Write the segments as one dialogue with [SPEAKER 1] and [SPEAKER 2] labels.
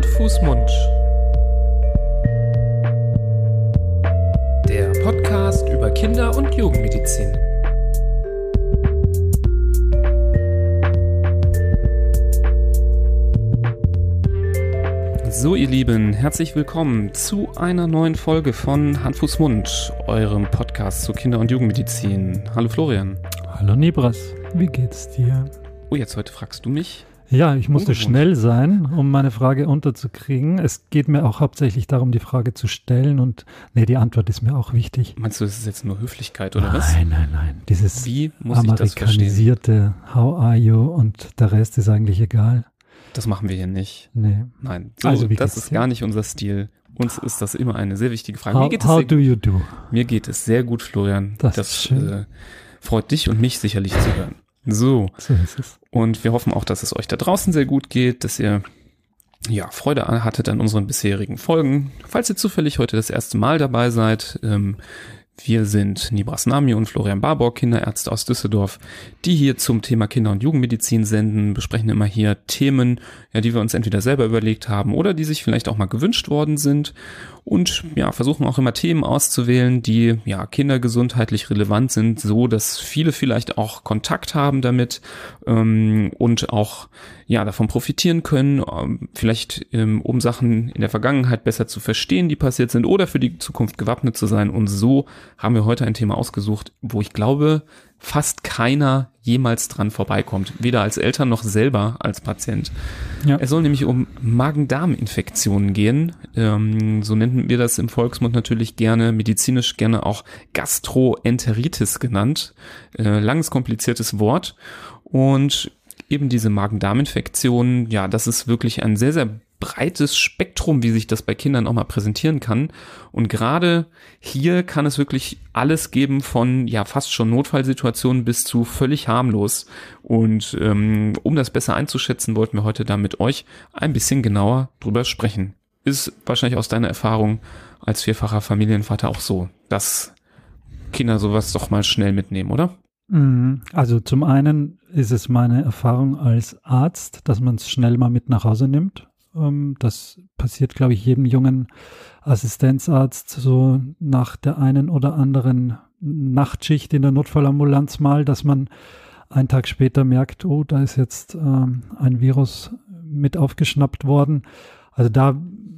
[SPEAKER 1] Fuß, Mund. Der Podcast über Kinder- und Jugendmedizin. So, ihr Lieben, herzlich willkommen zu einer neuen Folge von Hand, Fuß, Mund, eurem Podcast zu Kinder- und Jugendmedizin. Hallo Florian.
[SPEAKER 2] Hallo Nibras, wie geht's dir?
[SPEAKER 1] Oh, jetzt heute fragst du mich?
[SPEAKER 2] Ja, ich musste
[SPEAKER 1] Ungewohnt.
[SPEAKER 2] schnell sein, um meine Frage unterzukriegen. Es geht mir auch hauptsächlich darum, die Frage zu stellen und die Antwort ist mir auch wichtig.
[SPEAKER 1] Meinst du, das ist jetzt nur Höflichkeit oder was?
[SPEAKER 2] Nein. Dieses
[SPEAKER 1] Wie muss ich das verstehen?
[SPEAKER 2] amerikanisierte How are you und der Rest ist eigentlich egal.
[SPEAKER 1] Das machen wir hier nicht.
[SPEAKER 2] Nee.
[SPEAKER 1] Nein, so,
[SPEAKER 2] Also, wie
[SPEAKER 1] das
[SPEAKER 2] geht's
[SPEAKER 1] ist
[SPEAKER 2] dir?
[SPEAKER 1] gar nicht unser Stil. Uns ist das immer eine sehr wichtige Frage.
[SPEAKER 2] How do you do?
[SPEAKER 1] Mir geht es sehr gut, Florian.
[SPEAKER 2] Das ist schön.
[SPEAKER 1] Freut dich und mich sicherlich zu hören. So
[SPEAKER 2] ist es.
[SPEAKER 1] Und wir hoffen auch, dass es euch da draußen sehr gut geht, dass ihr Freude hattet an unseren bisherigen Folgen. Falls ihr zufällig heute das erste Mal dabei seid, wir sind Nibras Nami und Florian Barbock, Kinderärzte aus Düsseldorf, die hier zum Thema Kinder- und Jugendmedizin senden, besprechen immer hier Themen, die wir uns entweder selber überlegt haben oder die sich vielleicht auch mal gewünscht worden sind und versuchen auch immer Themen auszuwählen, die kindergesundheitlich relevant sind, so dass viele vielleicht auch Kontakt haben damit und auch davon profitieren können, vielleicht um Sachen in der Vergangenheit besser zu verstehen, die passiert sind oder für die Zukunft gewappnet zu sein. Und so haben wir heute ein Thema ausgesucht, wo ich glaube, fast keiner jemals dran vorbeikommt, weder als Eltern noch selber als Patient.
[SPEAKER 2] Ja.
[SPEAKER 1] Es soll nämlich um Magen-Darm-Infektionen gehen. So nennen wir das im Volksmund natürlich gerne, medizinisch gerne auch Gastroenteritis genannt. Langes, kompliziertes Wort. Und eben diese Magen-Darm-Infektionen, das ist wirklich ein sehr, sehr breites Spektrum, wie sich das bei Kindern auch mal präsentieren kann. Und gerade hier kann es wirklich alles geben von fast schon Notfallsituationen bis zu völlig harmlos. Und um das besser einzuschätzen, wollten wir heute da mit euch ein bisschen genauer drüber sprechen. Ist wahrscheinlich aus deiner Erfahrung als vierfacher Familienvater auch so, dass Kinder sowas doch mal schnell mitnehmen, oder?
[SPEAKER 2] Also zum einen ist es meine Erfahrung als Arzt, dass man es schnell mal mit nach Hause nimmt. Das passiert, glaube ich, jedem jungen Assistenzarzt so nach der einen oder anderen Nachtschicht in der Notfallambulanz mal, dass man einen Tag später merkt, oh, da ist jetzt ein Virus mit aufgeschnappt worden. Also da,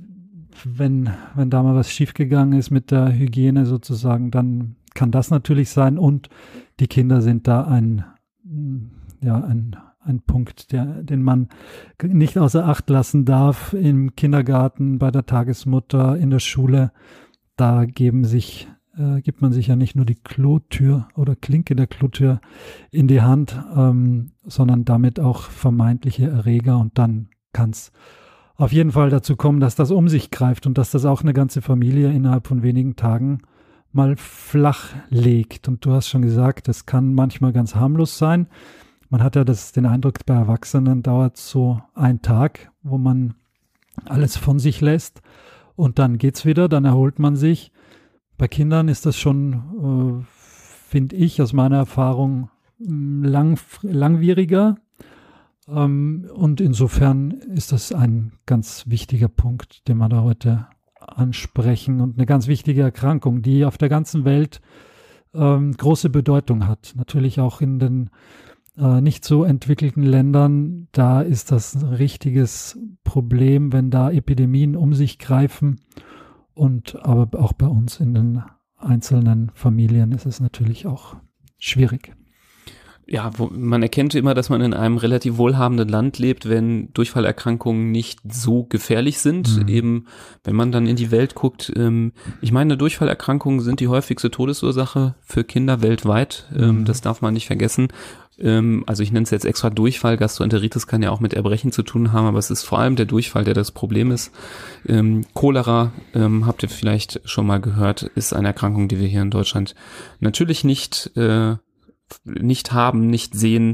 [SPEAKER 2] wenn da mal was schiefgegangen ist mit der Hygiene sozusagen, dann kann das natürlich sein und die Kinder sind da ein Punkt, den man nicht außer Acht lassen darf im Kindergarten, bei der Tagesmutter, in der Schule. Da gibt man sich ja nicht nur die Klotür oder Klinke der Klotür in die Hand, sondern damit auch vermeintliche Erreger und dann kann es auf jeden Fall dazu kommen, dass das um sich greift und dass das auch eine ganze Familie innerhalb von wenigen Tagen mal flach legt. Und du hast schon gesagt, das kann manchmal ganz harmlos sein. Man hat ja den Eindruck, bei Erwachsenen dauert so ein Tag, wo man alles von sich lässt und dann geht's wieder, dann erholt man sich. Bei Kindern ist das schon, finde ich, aus meiner Erfahrung langwieriger. Und insofern ist das ein ganz wichtiger Punkt, den wir da heute ansprechen und eine ganz wichtige Erkrankung, die auf der ganzen Welt große Bedeutung hat. Natürlich auch in den nicht so entwickelten Ländern, da ist das ein richtiges Problem, wenn da Epidemien um sich greifen. Aber auch bei uns in den einzelnen Familien ist es natürlich auch schwierig.
[SPEAKER 1] Man erkennt immer, dass man in einem relativ wohlhabenden Land lebt, wenn Durchfallerkrankungen nicht so gefährlich sind. Eben, wenn man dann in die Welt guckt. Ich meine, Durchfallerkrankungen sind die häufigste Todesursache für Kinder weltweit. Das darf man nicht vergessen. Also ich nenne es jetzt extra Durchfall. Gastroenteritis kann ja auch mit Erbrechen zu tun haben, aber es ist vor allem der Durchfall, der das Problem ist. Cholera, habt ihr vielleicht schon mal gehört, ist eine Erkrankung, die wir hier in Deutschland natürlich nicht haben, nicht sehen,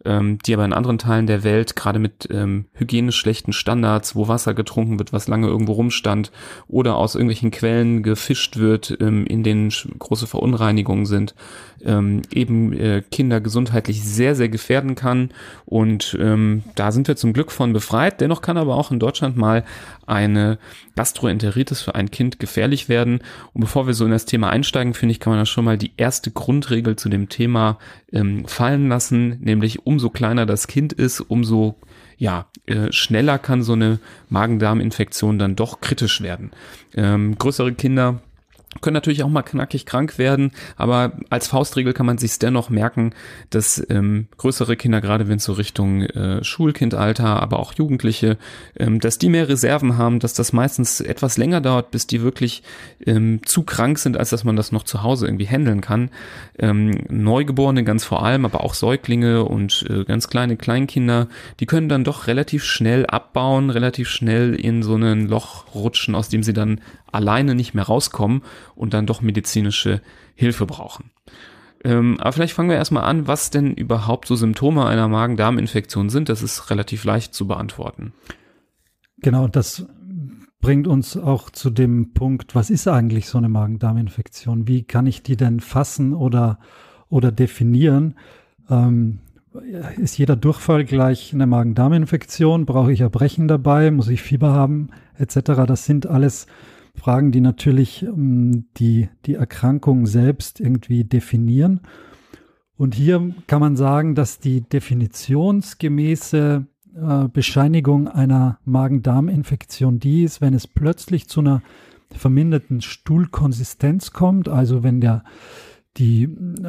[SPEAKER 1] die aber in anderen Teilen der Welt, gerade mit hygienisch schlechten Standards, wo Wasser getrunken wird, was lange irgendwo rumstand oder aus irgendwelchen Quellen gefischt wird, in denen große Verunreinigungen sind, eben Kinder gesundheitlich sehr, sehr gefährden kann. Und da sind wir zum Glück von befreit. Dennoch kann aber auch in Deutschland mal eine Gastroenteritis für ein Kind gefährlich werden. Und bevor wir so in das Thema einsteigen, finde ich, kann man da schon mal die erste Grundregel zu dem Thema fallen lassen, nämlich umso kleiner das Kind ist, umso schneller kann so eine Magen-Darm-Infektion dann doch kritisch werden. Größere Kinder können natürlich auch mal knackig krank werden, aber als Faustregel kann man sich dennoch merken, dass größere Kinder, gerade wenn es so Richtung Schulkindalter, aber auch Jugendliche, dass die mehr Reserven haben, dass das meistens etwas länger dauert, bis die wirklich zu krank sind, als dass man das noch zu Hause irgendwie handeln kann. Neugeborene ganz vor allem, aber auch Säuglinge und ganz kleine Kleinkinder, die können dann doch relativ schnell abbauen, relativ schnell in so ein Loch rutschen, aus dem sie dann alleine nicht mehr rauskommen und dann doch medizinische Hilfe brauchen. Aber vielleicht fangen wir erstmal an, was denn überhaupt so Symptome einer Magen-Darm-Infektion sind. Das ist relativ leicht zu beantworten.
[SPEAKER 2] Genau, das bringt uns auch zu dem Punkt, was ist eigentlich so eine Magen-Darm-Infektion? Wie kann ich die denn fassen oder definieren? Ist jeder Durchfall gleich eine Magen-Darm-Infektion? Brauche ich Erbrechen dabei? Muss ich Fieber haben? Etc. Das sind alles Fragen, die natürlich die Erkrankung selbst irgendwie definieren. Und hier kann man sagen, dass die definitionsgemäße Bescheinigung einer Magen-Darm-Infektion die ist, wenn es plötzlich zu einer verminderten Stuhlkonsistenz kommt, also wenn die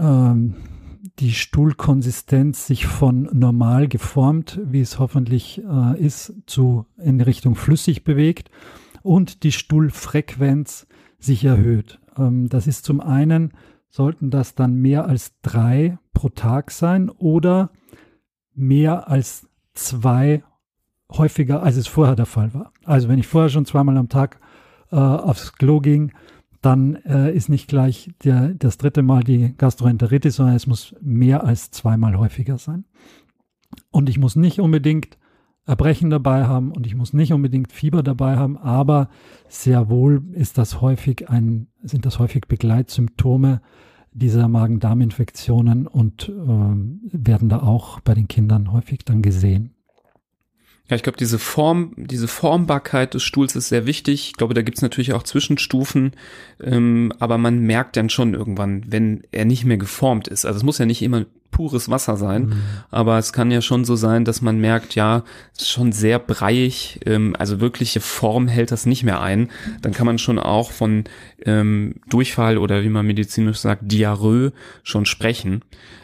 [SPEAKER 2] Stuhlkonsistenz sich von normal geformt, wie es hoffentlich ist, in Richtung flüssig bewegt und die Stuhlfrequenz sich erhöht. Das ist zum einen, sollten das dann mehr als 3 pro Tag sein oder mehr als 2 häufiger, als es vorher der Fall war. Also wenn ich vorher schon 2-mal am Tag aufs Klo ging, dann ist nicht gleich das 3. Mal die Gastroenteritis, sondern es muss mehr als 2-mal häufiger sein. Und ich muss nicht unbedingt Erbrechen dabei haben und ich muss nicht unbedingt Fieber dabei haben, aber sehr wohl sind das häufig Begleitsymptome dieser Magen-Darm-Infektionen und werden da auch bei den Kindern häufig dann gesehen.
[SPEAKER 1] Ja, ich glaube, diese Formbarkeit des Stuhls ist sehr wichtig. Ich glaube, da gibt's natürlich auch Zwischenstufen, aber man merkt dann schon irgendwann, wenn er nicht mehr geformt ist. Also es muss ja nicht immer pures Wasser sein, aber es kann ja schon so sein, dass man merkt, ja, es ist schon sehr breiig, also wirkliche Form hält das nicht mehr ein. Dann kann man schon auch von Durchfall oder wie man medizinisch sagt, Diarrhoe schon sprechen.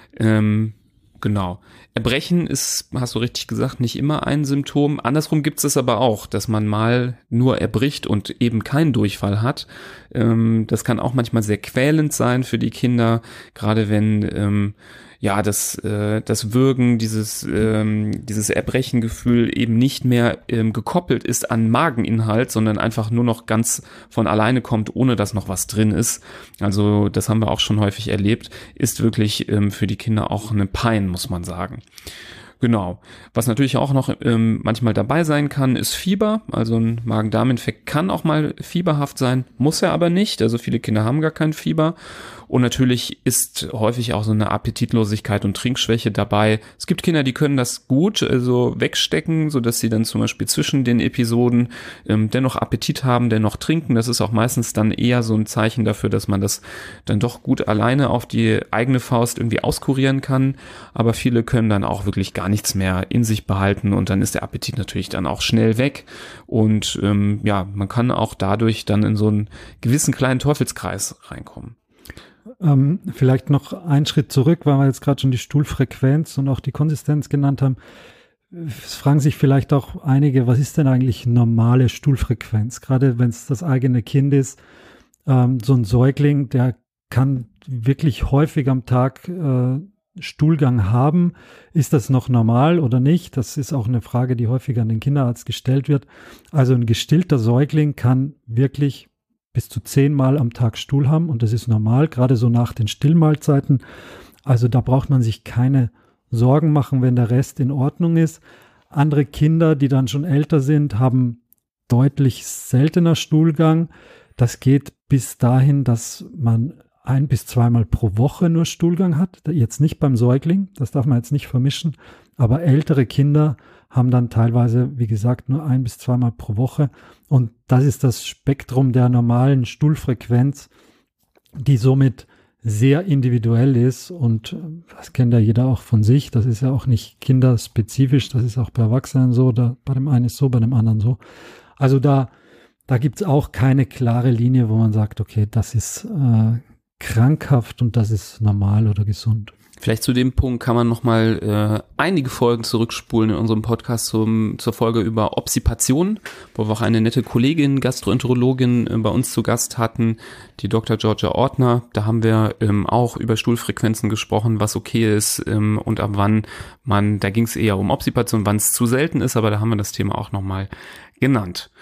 [SPEAKER 1] Genau. Erbrechen ist, hast du richtig gesagt, nicht immer ein Symptom. Andersrum gibt es aber auch, dass man mal nur erbricht und eben keinen Durchfall hat. Das kann auch manchmal sehr quälend sein für die Kinder, gerade wenn das Würgen, dieses Erbrechengefühl eben nicht mehr gekoppelt ist an Mageninhalt, sondern einfach nur noch ganz von alleine kommt, ohne dass noch was drin ist. Also das haben wir auch schon häufig erlebt, ist wirklich für die Kinder auch eine Pein, muss man sagen. Genau. Was natürlich auch noch manchmal dabei sein kann, ist Fieber. Also ein Magen-Darm-Infekt kann auch mal fieberhaft sein, muss er aber nicht. Also viele Kinder haben gar kein Fieber. Und natürlich ist häufig auch so eine Appetitlosigkeit und Trinkschwäche dabei. Es gibt Kinder, die können das gut, also wegstecken, so dass sie dann zum Beispiel zwischen den Episoden dennoch Appetit haben, dennoch trinken. Das ist auch meistens dann eher so ein Zeichen dafür, dass man das dann doch gut alleine auf die eigene Faust irgendwie auskurieren kann. Aber viele können dann auch wirklich gar nichts mehr in sich behalten und dann ist der Appetit natürlich dann auch schnell weg. Und man kann auch dadurch dann in so einen gewissen kleinen Teufelskreis reinkommen.
[SPEAKER 2] Vielleicht noch einen Schritt zurück, weil wir jetzt gerade schon die Stuhlfrequenz und auch die Konsistenz genannt haben. Es fragen sich vielleicht auch einige, was ist denn eigentlich normale Stuhlfrequenz? Gerade wenn es das eigene Kind ist, so ein Säugling, der kann wirklich häufig am Tag Stuhlgang haben. Ist das noch normal oder nicht? Das ist auch eine Frage, die häufig an den Kinderarzt gestellt wird. Also ein gestillter Säugling kann wirklich bis zu 10-mal am Tag Stuhl haben und das ist normal, gerade so nach den Stillmahlzeiten. Also da braucht man sich keine Sorgen machen, wenn der Rest in Ordnung ist. Andere Kinder, die dann schon älter sind, haben deutlich seltener Stuhlgang. Das geht bis dahin, dass man 1- bis 2-mal pro Woche nur Stuhlgang hat. Jetzt nicht beim Säugling, das darf man jetzt nicht vermischen. Aber ältere Kinder haben dann teilweise, wie gesagt, nur 1- bis 2-mal pro Woche. Und das ist das Spektrum der normalen Stuhlfrequenz, die somit sehr individuell ist. Und das kennt ja jeder auch von sich. Das ist ja auch nicht kinderspezifisch. Das ist auch bei Erwachsenen so. Bei dem einen ist so, bei dem anderen so. Also da gibt es auch keine klare Linie, wo man sagt, okay, das ist krankhaft und das ist normal oder gesund.
[SPEAKER 1] Vielleicht zu dem Punkt kann man nochmal einige Folgen zurückspulen in unserem Podcast zur Folge über Obstipation, wo wir auch eine nette Kollegin, Gastroenterologin bei uns zu Gast hatten, die Dr. Georgia Ortner. Da haben wir auch über Stuhlfrequenzen gesprochen, was okay ist und ab wann da ging es eher um Obstipation, wann es zu selten ist, aber da haben wir das Thema auch nochmal genannt.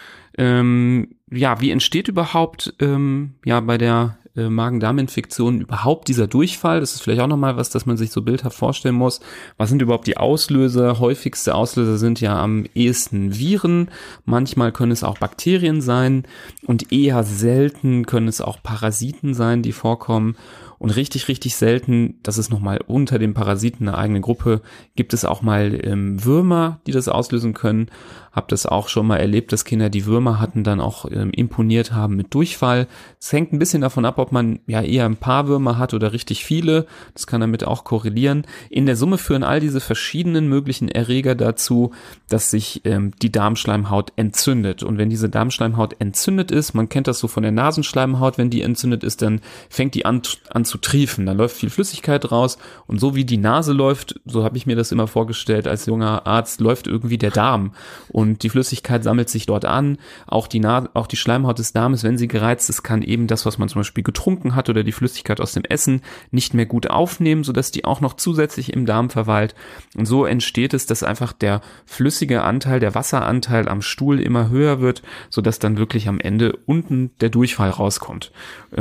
[SPEAKER 1] Wie entsteht überhaupt bei der Magen-Darm-Infektion überhaupt dieser Durchfall? Das ist vielleicht auch nochmal was, das man sich so bildhaft vorstellen muss. Was sind überhaupt die Auslöser? Häufigste Auslöser sind ja am ehesten Viren. Manchmal können es auch Bakterien sein und eher selten können es auch Parasiten sein, die vorkommen. Und richtig, richtig selten, das ist nochmal unter den Parasiten eine eigene Gruppe, gibt es auch mal Würmer, die das auslösen können. Hab das auch schon mal erlebt, dass Kinder, die Würmer hatten, dann auch imponiert haben mit Durchfall. Es hängt ein bisschen davon ab, ob man ja eher ein paar Würmer hat oder richtig viele. Das kann damit auch korrelieren. In der Summe führen all diese verschiedenen möglichen Erreger dazu, dass sich die Darmschleimhaut entzündet. Und wenn diese Darmschleimhaut entzündet ist, man kennt das so von der Nasenschleimhaut, wenn die entzündet ist, dann fängt die an zu triefen. Dann läuft viel Flüssigkeit raus und so wie die Nase läuft, so habe ich mir das immer vorgestellt als junger Arzt, läuft irgendwie der Darm. Und die Flüssigkeit sammelt sich dort an. Auch die Schleimhaut des Darmes, wenn sie gereizt ist, kann eben das, was man zum Beispiel getrunken hat oder die Flüssigkeit aus dem Essen nicht mehr gut aufnehmen, sodass die auch noch zusätzlich im Darm verweilt. Und so entsteht es, dass einfach der flüssige Anteil, der Wasseranteil am Stuhl immer höher wird, sodass dann wirklich am Ende unten der Durchfall rauskommt.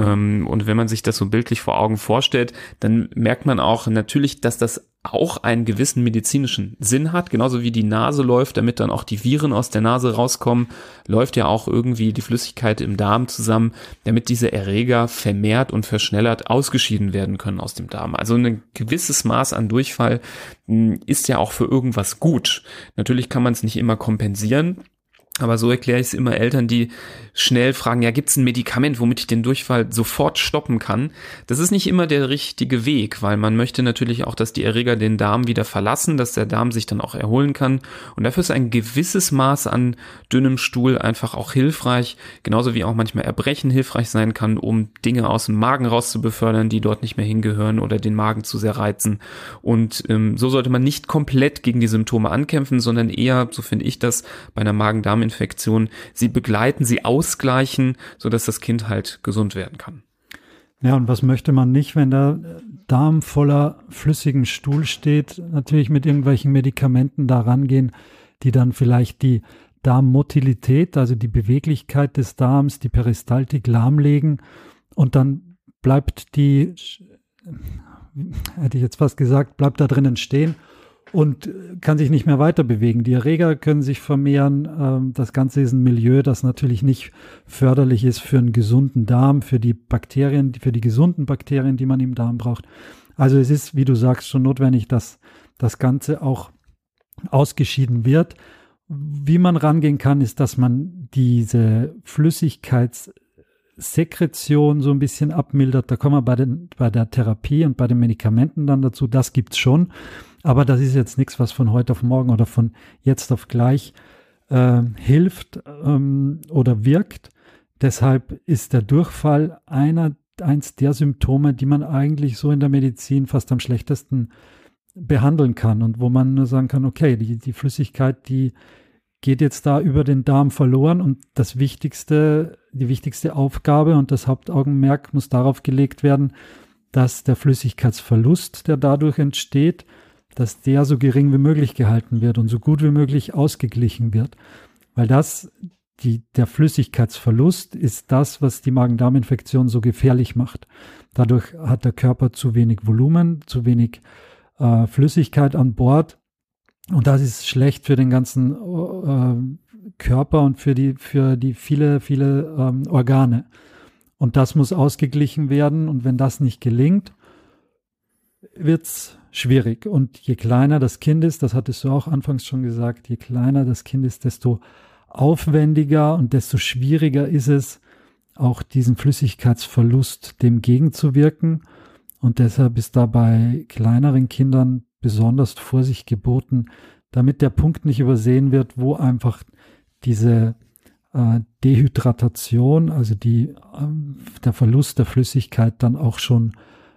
[SPEAKER 1] Und wenn man sich das so bildlich vor Augen vorstellt, dann merkt man auch natürlich, dass das auch einen gewissen medizinischen Sinn hat, genauso wie die Nase läuft, damit dann auch die Viren aus der Nase rauskommen, läuft ja auch irgendwie die Flüssigkeit im Darm zusammen, damit diese Erreger vermehrt und verschnellert ausgeschieden werden können aus dem Darm. Also ein gewisses Maß an Durchfall ist ja auch für irgendwas gut. Natürlich kann man es nicht immer kompensieren, aber so erkläre ich es immer Eltern, die schnell fragen, ja, gibt es ein Medikament, womit ich den Durchfall sofort stoppen kann? Das ist nicht immer der richtige Weg, weil man möchte natürlich auch, dass die Erreger den Darm wieder verlassen, dass der Darm sich dann auch erholen kann. Und dafür ist ein gewisses Maß an dünnem Stuhl einfach auch hilfreich, genauso wie auch manchmal Erbrechen hilfreich sein kann, um Dinge aus dem Magen rauszubefördern, die dort nicht mehr hingehören oder den Magen zu sehr reizen. Und so sollte man nicht komplett gegen die Symptome ankämpfen, sondern eher, so finde ich das, bei einer Magen-Darm-Infektion, sie begleiten, sie ausgleichen, sodass das Kind halt gesund werden kann.
[SPEAKER 2] Ja, und was möchte man nicht, wenn der Darm voller flüssigem Stuhl steht? Natürlich mit irgendwelchen Medikamenten da rangehen, die dann vielleicht die Darmmotilität, also die Beweglichkeit des Darms, die Peristaltik lahmlegen und dann bleibt die, hätte ich jetzt fast gesagt, bleibt da drinnen stehen und kann sich nicht mehr weiter bewegen. Die Erreger können sich vermehren. Das Ganze ist ein Milieu, das natürlich nicht förderlich ist für einen gesunden Darm, für die Bakterien, für die gesunden Bakterien, die man im Darm braucht. Also es ist, wie du sagst, schon notwendig, dass das Ganze auch ausgeschieden wird. Wie man rangehen kann, ist, dass man diese Flüssigkeitssekretion so ein bisschen abmildert. Da kommen wir bei der Therapie und bei den Medikamenten dann dazu. Das gibt's schon. Aber das ist jetzt nichts, was von heute auf morgen oder von jetzt auf gleich hilft oder wirkt. Deshalb ist der Durchfall eins der Symptome, die man eigentlich so in der Medizin fast am schlechtesten behandeln kann und wo man nur sagen kann, okay, die Flüssigkeit, die geht jetzt da über den Darm verloren und die wichtigste Aufgabe und das Hauptaugenmerk muss darauf gelegt werden, dass der Flüssigkeitsverlust, der dadurch entsteht, dass der so gering wie möglich gehalten wird und so gut wie möglich ausgeglichen wird. Weil der Flüssigkeitsverlust ist das, was die Magen-Darm-Infektion so gefährlich macht. Dadurch hat der Körper zu wenig Volumen, zu wenig Flüssigkeit an Bord. Und das ist schlecht für den ganzen Körper und für die viele Organe. Und das muss ausgeglichen werden. Und wenn das nicht gelingt, wird's schwierig. Und je kleiner das Kind ist, das hattest du auch anfangs schon gesagt, je kleiner das Kind ist, desto aufwendiger und desto schwieriger ist es, auch diesen Flüssigkeitsverlust dem gegenzuwirken. Und deshalb ist da bei kleineren Kindern besonders Vorsicht geboten, damit der Punkt nicht übersehen wird, wo einfach diese Dehydratation, also der Verlust der Flüssigkeit dann auch schon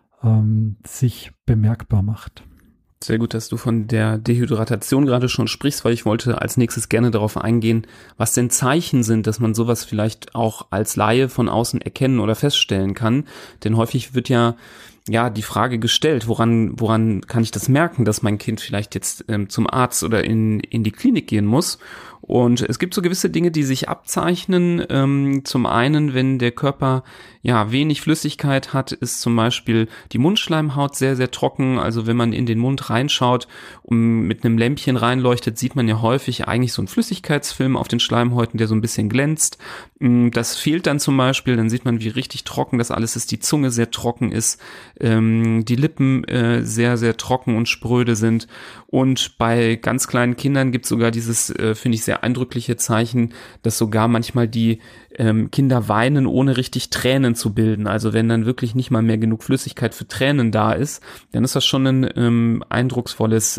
[SPEAKER 2] sich bemerkbar macht.
[SPEAKER 1] Sehr gut, dass du von der Dehydratation gerade schon sprichst, weil ich wollte als nächstes gerne darauf eingehen, was denn Zeichen sind, dass man sowas vielleicht auch als Laie von außen erkennen oder feststellen kann. Denn häufig wird ja die Frage gestellt, woran kann ich das merken, dass mein Kind vielleicht jetzt zum Arzt oder in die Klinik gehen muss? Und es gibt so gewisse Dinge, die sich abzeichnen. Zum einen, wenn der Körper wenig Flüssigkeit hat, ist zum Beispiel die Mundschleimhaut sehr, sehr trocken. Also wenn man in den Mund reinschaut und mit einem Lämpchen reinleuchtet, sieht man ja häufig eigentlich so einen Flüssigkeitsfilm auf den Schleimhäuten, der so ein bisschen glänzt. Das fehlt dann zum Beispiel, dann sieht man, wie richtig trocken das alles ist, die Zunge sehr trocken ist, die Lippen sehr, sehr trocken und spröde sind. Und bei ganz kleinen Kindern gibt es sogar dieses, finde ich, sehr eindrückliche Zeichen, dass sogar manchmal die Kinder weinen, ohne richtig Tränen zu bilden. Also wenn dann wirklich nicht mal mehr genug Flüssigkeit für Tränen da ist, dann ist das schon ein eindrucksvolles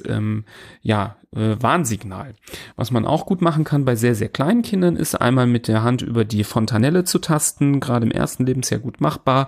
[SPEAKER 1] Warnsignal. Was man auch gut machen kann bei sehr, sehr kleinen Kindern, ist einmal mit der Hand über die Fontanelle zu tasten, gerade im ersten Lebensjahr gut machbar.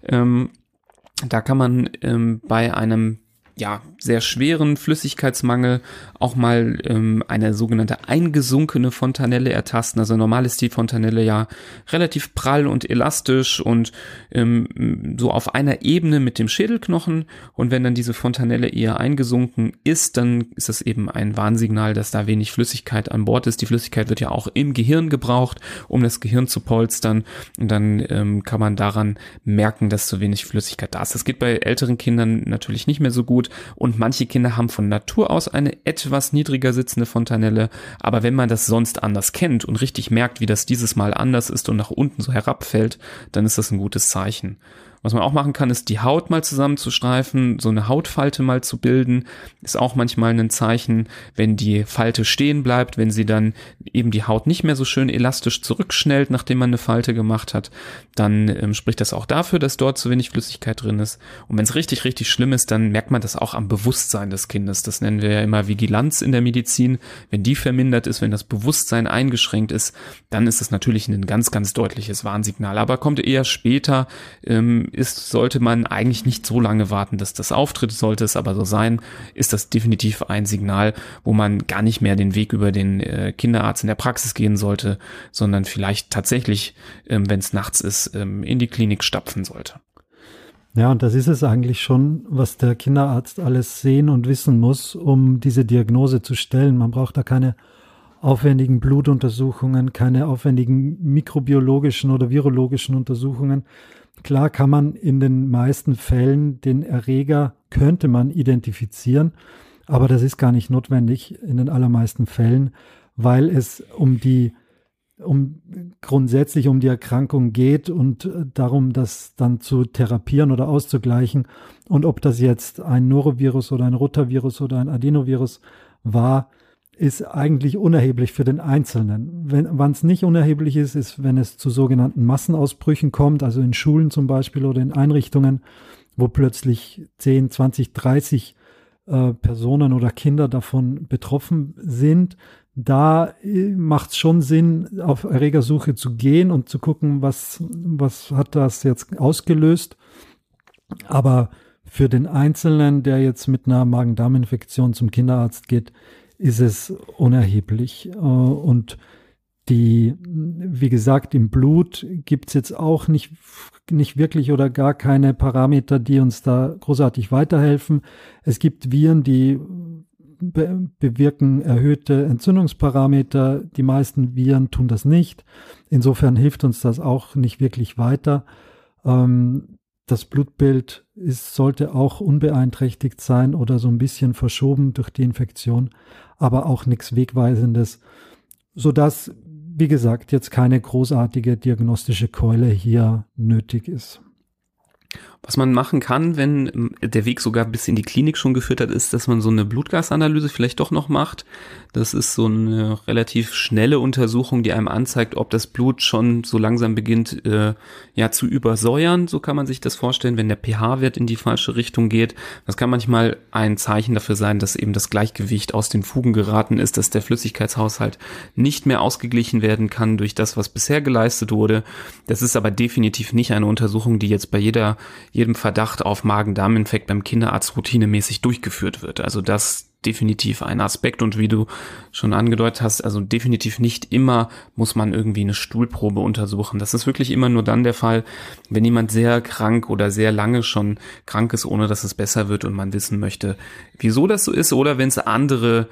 [SPEAKER 1] Da kann man bei einem sehr schweren Flüssigkeitsmangel auch mal eine sogenannte eingesunkene Fontanelle ertasten. Also normal ist die Fontanelle ja relativ prall und elastisch und so auf einer Ebene mit dem Schädelknochen. Und wenn dann diese Fontanelle eher eingesunken ist, dann ist das eben ein Warnsignal, dass da wenig Flüssigkeit an Bord ist. Die Flüssigkeit wird ja auch im Gehirn gebraucht, um das Gehirn zu polstern. Und dann kann man daran merken, dass zu wenig Flüssigkeit da ist. Das geht bei älteren Kindern natürlich nicht mehr so gut. Und manche Kinder haben von Natur aus eine etwas niedriger sitzende Fontanelle, aber wenn man das sonst anders kennt und richtig merkt, wie das dieses Mal anders ist und nach unten so herabfällt, dann ist das ein gutes Zeichen. Was man auch machen kann, ist die Haut mal zusammenzustreifen, so eine Hautfalte mal zu bilden, ist auch manchmal ein Zeichen, wenn die Falte stehen bleibt, wenn sie dann eben die Haut nicht mehr so schön elastisch zurückschnellt, nachdem man eine Falte gemacht hat, dann spricht das auch dafür, dass dort zu wenig Flüssigkeit drin ist. Und wenn es richtig, richtig schlimm ist, dann merkt man das auch am Bewusstsein des Kindes. Das nennen wir ja immer Vigilanz in der Medizin. Wenn die vermindert ist, wenn das Bewusstsein eingeschränkt ist, dann ist es natürlich ein ganz, ganz deutliches Warnsignal. Aber kommt eher später, sollte man eigentlich nicht so lange warten, dass das auftritt. Sollte es aber so sein, ist das definitiv ein Signal, wo man gar nicht mehr den Weg über den Kinderarzt in der Praxis gehen sollte, sondern vielleicht tatsächlich, wenn es nachts ist, in die Klinik stapfen sollte.
[SPEAKER 2] Ja, und das ist es eigentlich schon, was der Kinderarzt alles sehen und wissen muss, um diese Diagnose zu stellen. Man braucht da keine aufwendigen Blutuntersuchungen, keine aufwendigen mikrobiologischen oder virologischen Untersuchungen. Klar kann man in den meisten Fällen den Erreger, könnte man identifizieren, aber das ist gar nicht notwendig in den allermeisten Fällen, weil es grundsätzlich um die Erkrankung geht und darum, das dann zu therapieren oder auszugleichen. Und ob das jetzt ein Norovirus oder ein Rotavirus oder ein Adenovirus war, ist eigentlich unerheblich für den Einzelnen. Wann es nicht unerheblich ist, wenn es zu sogenannten Massenausbrüchen kommt, also in Schulen zum Beispiel oder in Einrichtungen, wo plötzlich 10, 20, 30 Personen oder Kinder davon betroffen sind. Da macht es schon Sinn, auf Erregersuche zu gehen und zu gucken, was hat das jetzt ausgelöst. Aber für den Einzelnen, der jetzt mit einer Magen-Darm-Infektion zum Kinderarzt geht, ist es unerheblich. Und wie gesagt, im Blut gibt es jetzt auch nicht wirklich oder gar keine Parameter, die uns da großartig weiterhelfen. Es gibt Viren, die bewirken erhöhte Entzündungsparameter. Die meisten Viren tun das nicht. Insofern hilft uns das auch nicht wirklich weiter. Das Blutbild sollte auch unbeeinträchtigt sein oder so ein bisschen verschoben durch die Infektion, aber auch nichts Wegweisendes, sodass, wie gesagt, jetzt keine großartige diagnostische Keule hier nötig ist.
[SPEAKER 1] Was man machen kann, wenn der Weg sogar bis in die Klinik schon geführt hat, ist, dass man so eine Blutgasanalyse vielleicht doch noch macht. Das ist so eine relativ schnelle Untersuchung, die einem anzeigt, ob das Blut schon so langsam beginnt zu übersäuern. So kann man sich das vorstellen, wenn der pH-Wert in die falsche Richtung geht. Das kann manchmal ein Zeichen dafür sein, dass eben das Gleichgewicht aus den Fugen geraten ist, dass der Flüssigkeitshaushalt nicht mehr ausgeglichen werden kann durch das, was bisher geleistet wurde. Das ist aber definitiv nicht eine Untersuchung, die jetzt bei jedem Verdacht auf Magen-Darm-Infekt beim Kinderarzt routinemäßig durchgeführt wird. Also das definitiv ein Aspekt, und wie du schon angedeutet hast, also definitiv nicht immer muss man irgendwie eine Stuhlprobe untersuchen. Das ist wirklich immer nur dann der Fall, wenn jemand sehr krank oder sehr lange schon krank ist, ohne dass es besser wird und man wissen möchte, wieso das so ist, oder wenn es andere,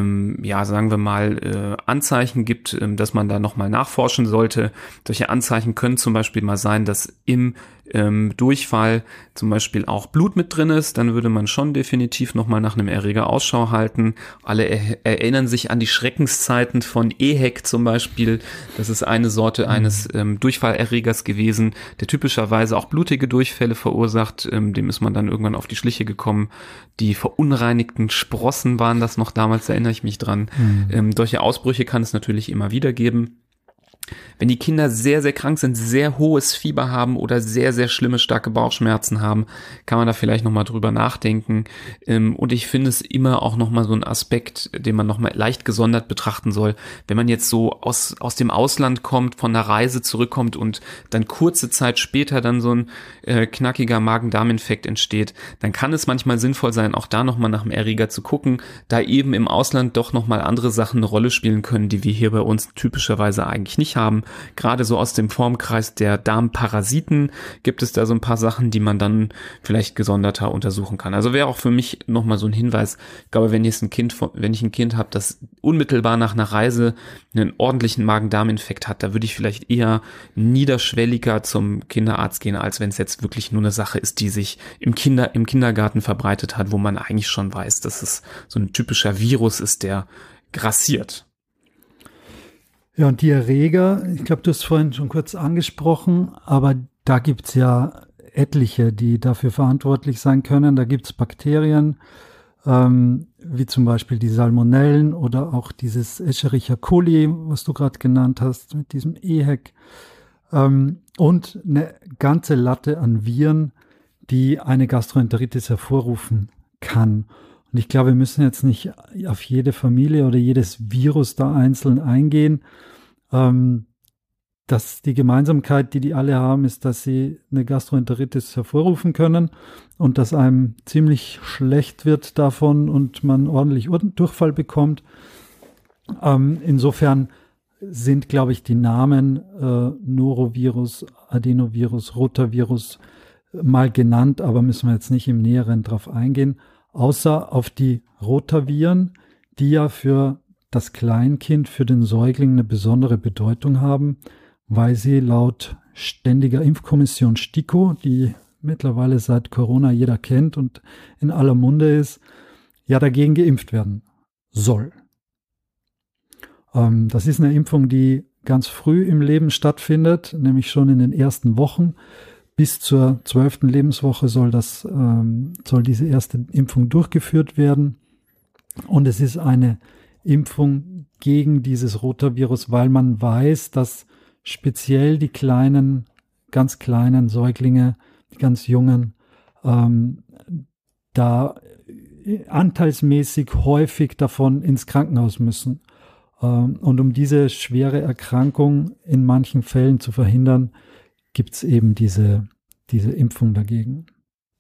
[SPEAKER 1] sagen wir mal, Anzeichen gibt, dass man da nochmal nachforschen sollte. Solche Anzeichen können zum Beispiel mal sein, dass im Durchfall zum Beispiel auch Blut mit drin ist, dann würde man schon definitiv nochmal nach einem Erreger Ausschau halten. Alle erinnern sich an die Schreckenszeiten von EHEC zum Beispiel. Das ist eine Sorte eines Durchfallerregers gewesen, der typischerweise auch blutige Durchfälle verursacht. Dem ist man dann irgendwann auf die Schliche gekommen. Die verunreinigten Sprossen waren das noch damals, da erinnere ich mich dran. Solche Ausbrüche kann es natürlich immer wieder geben. Wenn die Kinder sehr, sehr krank sind, sehr hohes Fieber haben oder sehr, sehr schlimme, starke Bauchschmerzen haben, kann man da vielleicht nochmal drüber nachdenken. Und ich finde es immer auch nochmal so ein Aspekt, den man nochmal leicht gesondert betrachten soll. Wenn man jetzt so aus dem Ausland kommt, von einer Reise zurückkommt und dann kurze Zeit später dann so ein knackiger Magen-Darm-Infekt entsteht, dann kann es manchmal sinnvoll sein, auch da nochmal nach dem Erreger zu gucken, da eben im Ausland doch nochmal andere Sachen eine Rolle spielen können, die wir hier bei uns typischerweise eigentlich nicht haben. Gerade so aus dem Formkreis der Darmparasiten gibt es da so ein paar Sachen, die man dann vielleicht gesonderter untersuchen kann. Also wäre auch für mich nochmal so ein Hinweis. Ich glaube, wenn ich ein Kind habe, das unmittelbar nach einer Reise einen ordentlichen Magen-Darm-Infekt hat, da würde ich vielleicht eher niederschwelliger zum Kinderarzt gehen, als wenn es jetzt wirklich nur eine Sache ist, die sich im Kindergarten verbreitet hat, wo man eigentlich schon weiß, dass es so ein typischer Virus ist, der grassiert.
[SPEAKER 2] Ja, und die Erreger, ich glaube, du hast vorhin schon kurz angesprochen, aber da gibt's ja etliche, die dafür verantwortlich sein können. Da gibt's Bakterien, wie zum Beispiel die Salmonellen oder auch dieses Escherichia coli, was du gerade genannt hast, mit diesem EHEC. Und eine ganze Latte an Viren, die eine Gastroenteritis hervorrufen kann. Und ich glaube, wir müssen jetzt nicht auf jede Familie oder jedes Virus da einzeln eingehen. Dass die Gemeinsamkeit, die alle haben, ist, dass sie eine Gastroenteritis hervorrufen können und dass einem ziemlich schlecht wird davon und man ordentlich Durchfall bekommt. Insofern sind, glaube ich, die Namen Norovirus, Adenovirus, Rotavirus mal genannt, aber müssen wir jetzt nicht im Näheren drauf eingehen. Außer auf die Rotaviren, die ja für das Kleinkind, für den Säugling eine besondere Bedeutung haben, weil sie laut Ständiger Impfkommission STIKO, die mittlerweile seit Corona jeder kennt und in aller Munde ist, ja dagegen geimpft werden soll. Das ist eine Impfung, die ganz früh im Leben stattfindet, nämlich schon in den ersten Wochen. Bis zur 12. Lebenswoche soll diese erste Impfung durchgeführt werden. Und es ist eine Impfung gegen dieses Rotavirus, weil man weiß, dass speziell die ganz kleinen Säuglinge, die ganz jungen, da anteilsmäßig häufig davon ins Krankenhaus müssen. Und um diese schwere Erkrankung in manchen Fällen zu verhindern, gibt es eben diese Impfung dagegen.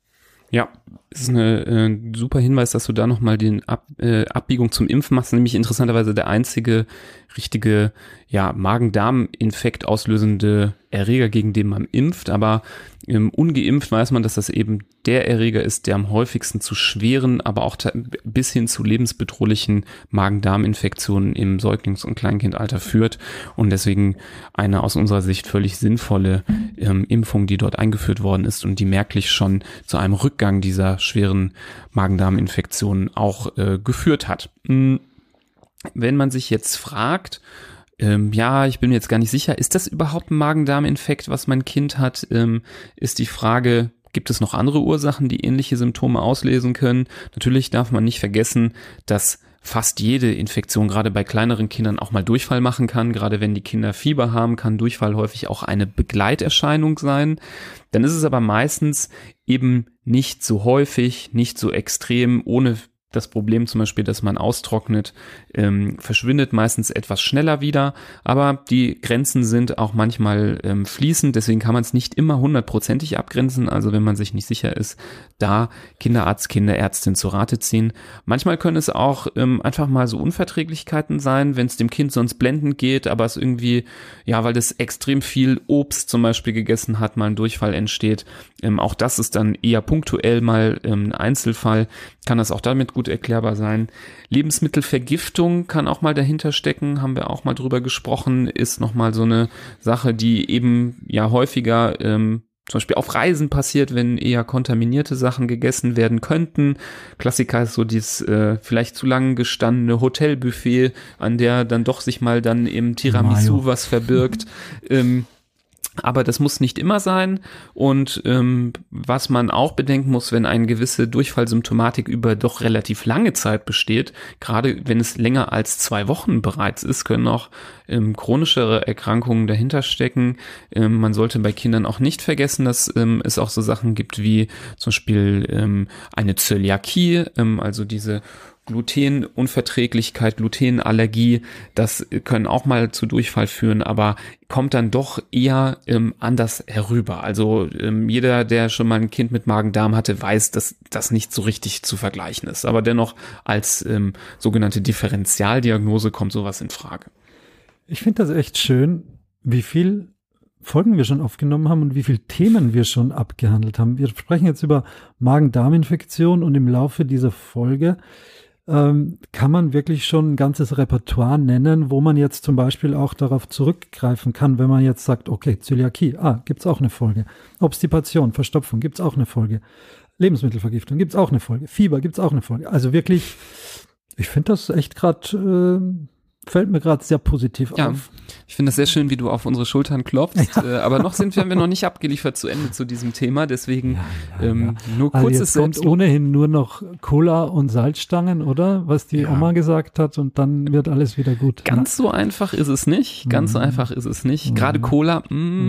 [SPEAKER 1] Ja, es ist eine super Hinweis, dass du da nochmal den Abbiegung zum Impfen machst, nämlich interessanterweise der einzige richtige Magen-Darm-Infekt auslösende Erreger, gegen den man impft, aber ungeimpft weiß man, dass das eben der Erreger ist, der am häufigsten zu schweren, aber auch bis hin zu lebensbedrohlichen Magen-Darm-Infektionen im Säuglings- und Kleinkindalter führt und deswegen eine aus unserer Sicht völlig sinnvolle Impfung, die dort eingeführt worden ist und die merklich schon zu einem Rückgang dieser schweren Magen-Darm-Infektionen auch geführt hat. Wenn man sich jetzt fragt, ich bin mir jetzt gar nicht sicher, ist das überhaupt ein Magen-Darm-Infekt, was mein Kind hat, ist die Frage, gibt es noch andere Ursachen, die ähnliche Symptome auslösen können? Natürlich darf man nicht vergessen, dass fast jede Infektion, gerade bei kleineren Kindern, auch mal Durchfall machen kann. Gerade wenn die Kinder Fieber haben, kann Durchfall häufig auch eine Begleiterscheinung sein. Dann ist es aber meistens eben nicht so häufig, nicht so extrem, ohne das Problem zum Beispiel, dass man austrocknet, verschwindet meistens etwas schneller wieder, aber die Grenzen sind auch manchmal fließend, deswegen kann man es nicht immer 100%ig abgrenzen, also wenn man sich nicht sicher ist, da Kinderarzt, Kinderärztin zu Rate ziehen. Manchmal können es auch einfach mal so Unverträglichkeiten sein, wenn es dem Kind sonst blendend geht, aber es irgendwie, weil das extrem viel Obst zum Beispiel gegessen hat, mal ein Durchfall entsteht. Auch das ist dann eher punktuell mal ein Einzelfall, kann das auch damit gut erklärbar sein. Lebensmittelvergiftung kann auch mal dahinter stecken, haben wir auch mal drüber gesprochen, ist nochmal so eine Sache, die eben häufiger zum Beispiel auf Reisen passiert, wenn eher kontaminierte Sachen gegessen werden könnten. Klassiker ist so dieses vielleicht zu lang gestandene Hotelbuffet, an der dann doch sich mal dann im Tiramisu was verbirgt. Aber das muss nicht immer sein und was man auch bedenken muss, wenn eine gewisse Durchfallsymptomatik über doch relativ lange Zeit besteht, gerade wenn es länger als 2 Wochen bereits ist, können auch chronischere Erkrankungen dahinter stecken. Man sollte bei Kindern auch nicht vergessen, dass es auch so Sachen gibt wie zum Beispiel eine Zöliakie, also diese Glutenunverträglichkeit, Glutenallergie, das können auch mal zu Durchfall führen, aber kommt dann doch eher anders herüber. Also jeder, der schon mal ein Kind mit Magen-Darm hatte, weiß, dass das nicht so richtig zu vergleichen ist. Aber dennoch als sogenannte Differentialdiagnose kommt sowas in Frage.
[SPEAKER 2] Ich finde das echt schön, wie viel Folgen wir schon aufgenommen haben und wie viele Themen wir schon abgehandelt haben. Wir sprechen jetzt über Magen-Darm-Infektion und im Laufe dieser Folge kann man wirklich schon ein ganzes Repertoire nennen, wo man jetzt zum Beispiel auch darauf zurückgreifen kann, wenn man jetzt sagt, okay, Zöliakie, gibt's auch eine Folge. Obstipation, Verstopfung, gibt's auch eine Folge. Lebensmittelvergiftung, gibt's auch eine Folge. Fieber, gibt's auch eine Folge. Also wirklich, ich finde das echt gerade, fällt mir gerade sehr positiv auf.
[SPEAKER 1] Ich finde das sehr schön, wie du auf unsere Schultern klopfst, aber noch haben wir noch nicht abgeliefert zu Ende zu diesem Thema, deswegen nur kurzes
[SPEAKER 2] Selbstlob. Kommt ohnehin nur noch Cola und Salzstangen, oder? Was die Oma gesagt hat und dann wird alles wieder gut.
[SPEAKER 1] Ganz so einfach ist es nicht, Gerade Cola,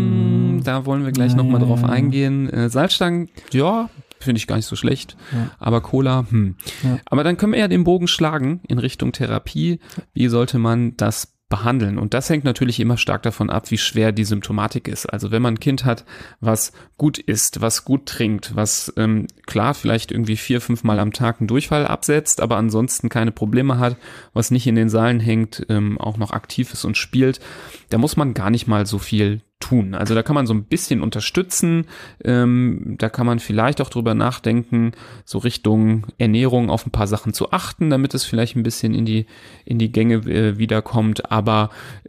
[SPEAKER 1] da wollen wir gleich nochmal drauf eingehen. Salzstangen, finde ich gar nicht so schlecht, aber Cola, Aber dann können wir ja den Bogen schlagen in Richtung Therapie. Wie sollte man das behandeln? Und das hängt natürlich immer stark davon ab, wie schwer die Symptomatik ist. Also wenn man ein Kind hat, was gut isst, was gut trinkt, was klar vielleicht irgendwie 4-5 Mal am Tag einen Durchfall absetzt, aber ansonsten keine Probleme hat, was nicht in den Seilen hängt, auch noch aktiv ist und spielt, da muss man gar nicht mal so viel tun. Also da kann man so ein bisschen unterstützen, da kann man vielleicht auch drüber nachdenken, so Richtung Ernährung auf ein paar Sachen zu achten, damit es vielleicht ein bisschen in die Gänge wiederkommt, aber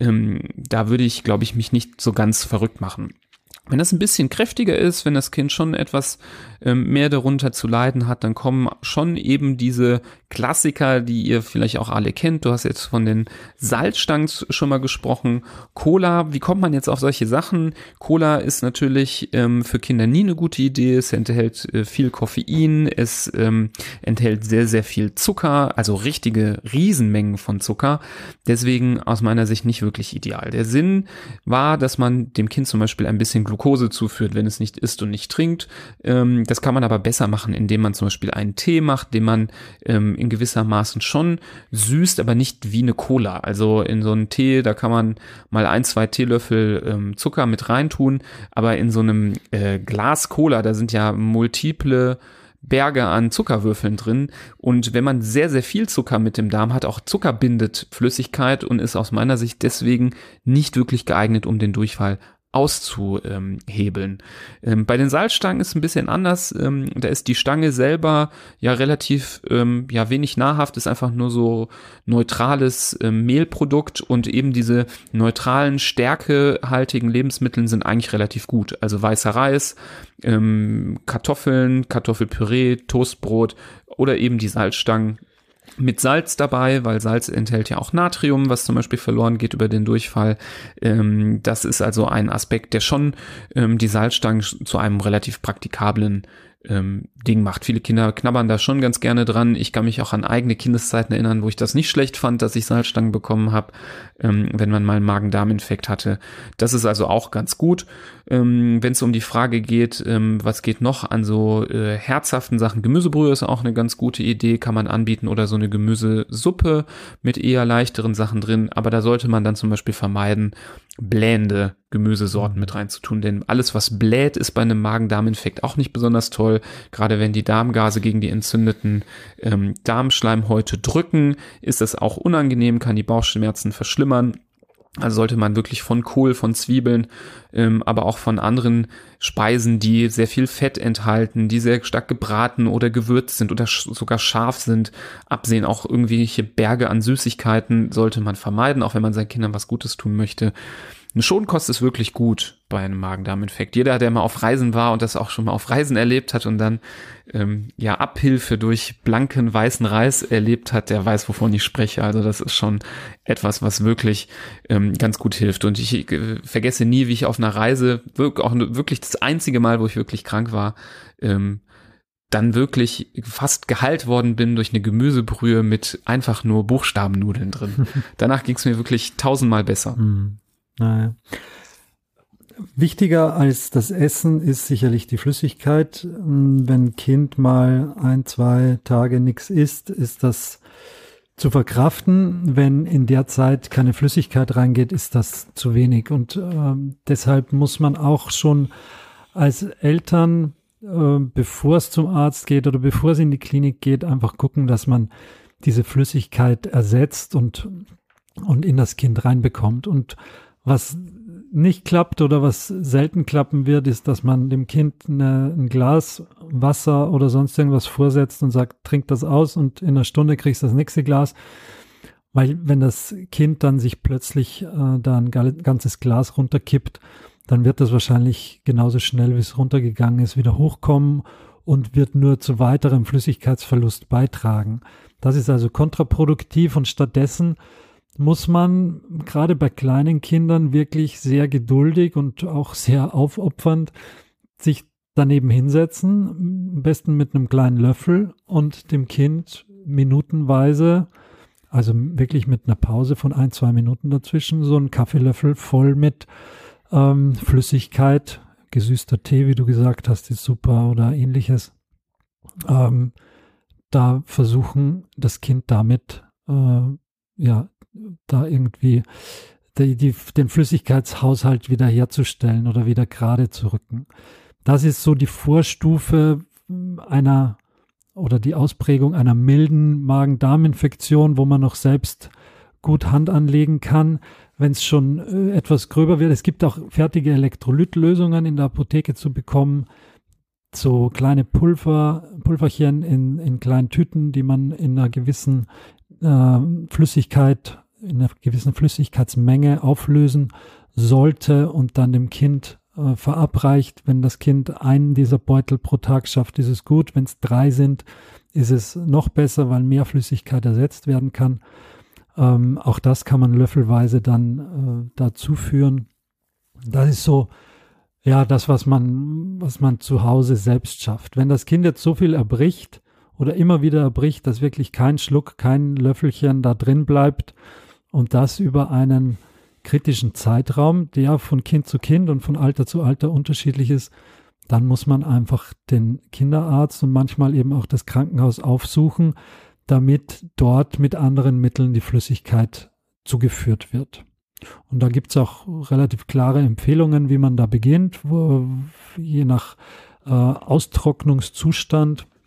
[SPEAKER 1] da würde ich, glaube ich, mich nicht so ganz verrückt machen. Wenn das ein bisschen kräftiger ist, wenn das Kind schon etwas mehr darunter zu leiden hat, dann kommen schon eben diese Klassiker, die ihr vielleicht auch alle kennt. Du hast jetzt von den Salzstangen schon mal gesprochen. Cola, wie kommt man jetzt auf solche Sachen? Cola ist natürlich für Kinder nie eine gute Idee. Es enthält viel Koffein, es enthält sehr, sehr viel Zucker, also richtige Riesenmengen von Zucker. Deswegen aus meiner Sicht nicht wirklich ideal. Der Sinn war, dass man dem Kind zum Beispiel ein bisschen Glucose zuführt, wenn es nicht isst und nicht trinkt. Das kann man aber besser machen, indem man zum Beispiel einen Tee macht, den man in gewissermaßen schon süßt, aber nicht wie eine Cola. Also in so einen Tee, da kann man mal 1-2 Teelöffel Zucker mit reintun, aber in so einem Glas Cola, da sind ja multiple Berge an Zuckerwürfeln drin. Und wenn man sehr, sehr viel Zucker mit dem Darm hat, auch Zucker bindet Flüssigkeit und ist aus meiner Sicht deswegen nicht wirklich geeignet, um den Durchfall auszuhebeln. Bei den Salzstangen ist es ein bisschen anders. Da ist die Stange selber ja relativ wenig nahrhaft, ist einfach nur so neutrales Mehlprodukt und eben diese neutralen, stärkehaltigen Lebensmittel sind eigentlich relativ gut. Also weißer Reis, Kartoffeln, Kartoffelpüree, Toastbrot oder eben die Salzstangen mit Salz dabei, weil Salz enthält ja auch Natrium, was zum Beispiel verloren geht über den Durchfall. Das ist also ein Aspekt, der schon die Salzstangen zu einem relativ praktikablen Ding macht. Viele Kinder knabbern da schon ganz gerne dran. Ich kann mich auch an eigene Kindeszeiten erinnern, wo ich das nicht schlecht fand, dass ich Salzstangen bekommen habe, wenn man mal einen Magen-Darm-Infekt hatte. Das ist also auch ganz gut. Wenn es um die Frage geht, was geht noch an so herzhaften Sachen, Gemüsebrühe ist auch eine ganz gute Idee, kann man anbieten, oder so eine Gemüsesuppe mit eher leichteren Sachen drin, aber da sollte man dann zum Beispiel vermeiden, blähende Gemüsesorten mit reinzutun, denn alles, was bläht, ist bei einem Magen-Darm-Infekt auch nicht besonders toll, gerade wenn die Darmgase gegen die entzündeten Darmschleimhäute drücken, ist das auch unangenehm, kann die Bauchschmerzen verschlimmern. Also sollte man wirklich von Kohl, von Zwiebeln, aber auch von anderen Speisen, die sehr viel Fett enthalten, die sehr stark gebraten oder gewürzt sind oder sogar scharf sind, absehen. Auch irgendwelche Berge an Süßigkeiten sollte man vermeiden, auch wenn man seinen Kindern was Gutes tun möchte. Eine Schonkost ist wirklich gut bei einem Magen-Darm-Infekt. Jeder, der mal auf Reisen war und das auch schon mal auf Reisen erlebt hat und dann Abhilfe durch blanken weißen Reis erlebt hat, der weiß, wovon ich spreche. Also das ist schon etwas, was wirklich ganz gut hilft. Und ich vergesse nie, wie ich auf einer Reise, auch wirklich das einzige Mal, wo ich wirklich krank war, dann wirklich fast geheilt worden bin durch eine Gemüsebrühe mit einfach nur Buchstabennudeln drin. Danach ging es mir wirklich 1000-mal besser.
[SPEAKER 2] Naja. Wichtiger als das Essen ist sicherlich die Flüssigkeit. Wenn ein Kind mal 1-2 Tage nichts isst, ist das zu verkraften. Wenn in der Zeit keine Flüssigkeit reingeht, ist das zu wenig. Und deshalb muss man auch schon als Eltern, bevor es zum Arzt geht oder bevor es in die Klinik geht, einfach gucken, dass man diese Flüssigkeit ersetzt und in das Kind reinbekommt. Und was nicht klappt oder was selten klappen wird, ist, dass man dem Kind ein Glas Wasser oder sonst irgendwas vorsetzt und sagt, trink das aus und in einer Stunde kriegst du das nächste Glas. Weil wenn das Kind dann sich plötzlich da ein ganzes Glas runterkippt, dann wird das wahrscheinlich genauso schnell, wie es runtergegangen ist, wieder hochkommen und wird nur zu weiterem Flüssigkeitsverlust beitragen. Das ist also kontraproduktiv und stattdessen muss man gerade bei kleinen Kindern wirklich sehr geduldig und auch sehr aufopfernd sich daneben hinsetzen, am besten mit einem kleinen Löffel und dem Kind minutenweise, also wirklich mit einer Pause von 1-2 Minuten dazwischen, so einen Kaffeelöffel voll mit Flüssigkeit, gesüßter Tee, wie du gesagt hast, ist super oder ähnliches, da versuchen, das Kind damit da irgendwie den Flüssigkeitshaushalt wieder herzustellen oder wieder gerade zu rücken. Das ist so die Vorstufe oder die Ausprägung einer milden Magen-Darm-Infektion, wo man noch selbst gut Hand anlegen kann. Wenn es schon etwas gröber wird, es gibt auch fertige Elektrolytlösungen in der Apotheke zu bekommen, so kleine Pulverchen in kleinen Tüten, die man in einer gewissen Flüssigkeitsmenge auflösen sollte und dann dem Kind verabreicht. Wenn das Kind einen dieser Beutel pro Tag schafft, ist es gut. Wenn es 3 sind, ist es noch besser, weil mehr Flüssigkeit ersetzt werden kann. Auch das kann man löffelweise dann dazu führen. Das ist so, ja, das, was man zu Hause selbst schafft. Wenn das Kind jetzt so viel erbricht oder immer wieder erbricht, dass wirklich kein Schluck, kein Löffelchen da drin bleibt und das über einen kritischen Zeitraum, der von Kind zu Kind und von Alter zu Alter unterschiedlich ist, dann muss man einfach den Kinderarzt und manchmal eben auch das Krankenhaus aufsuchen, damit dort mit anderen Mitteln die Flüssigkeit zugeführt wird. Und da gibt es auch relativ klare Empfehlungen, wie man da beginnt, je nach Austrocknungszustand.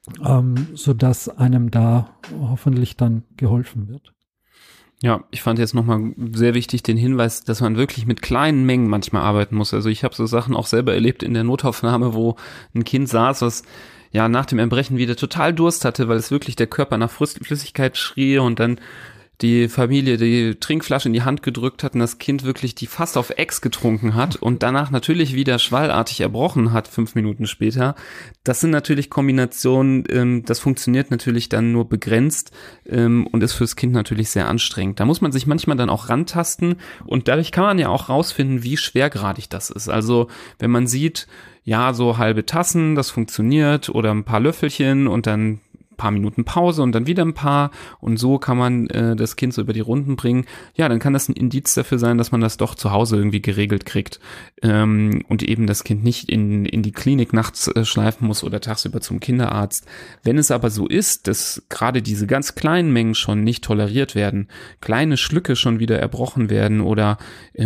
[SPEAKER 2] sodass einem da hoffentlich dann geholfen wird.
[SPEAKER 1] Ja, ich fand jetzt nochmal sehr wichtig den Hinweis, dass man wirklich mit kleinen Mengen manchmal arbeiten muss. Also ich habe so Sachen auch selber erlebt in der Notaufnahme, wo ein Kind saß, was ja nach dem Erbrechen wieder total Durst hatte, weil es wirklich der Körper nach Flüssigkeit schrie und dann die Familie die Trinkflasche in die Hand gedrückt hat und das Kind wirklich die fast auf Ex getrunken hat und danach natürlich wieder schwallartig erbrochen hat 5 Minuten später. Das sind natürlich Kombinationen, das funktioniert natürlich dann nur begrenzt und ist fürs Kind natürlich sehr anstrengend. Da muss man sich manchmal dann auch rantasten und dadurch kann man ja auch rausfinden, wie schwergradig das ist. Also wenn man sieht, ja, so halbe Tassen, das funktioniert oder ein paar Löffelchen und dann paar Minuten Pause und dann wieder ein paar und so kann man das Kind so über die Runden bringen. Ja, dann kann das ein Indiz dafür sein, dass man das doch zu Hause irgendwie geregelt kriegt und eben das Kind nicht in die Klinik nachts schleifen muss oder tagsüber zum Kinderarzt. Wenn es aber so ist, dass gerade diese ganz kleinen Mengen schon nicht toleriert werden, kleine Schlücke schon wieder erbrochen werden oder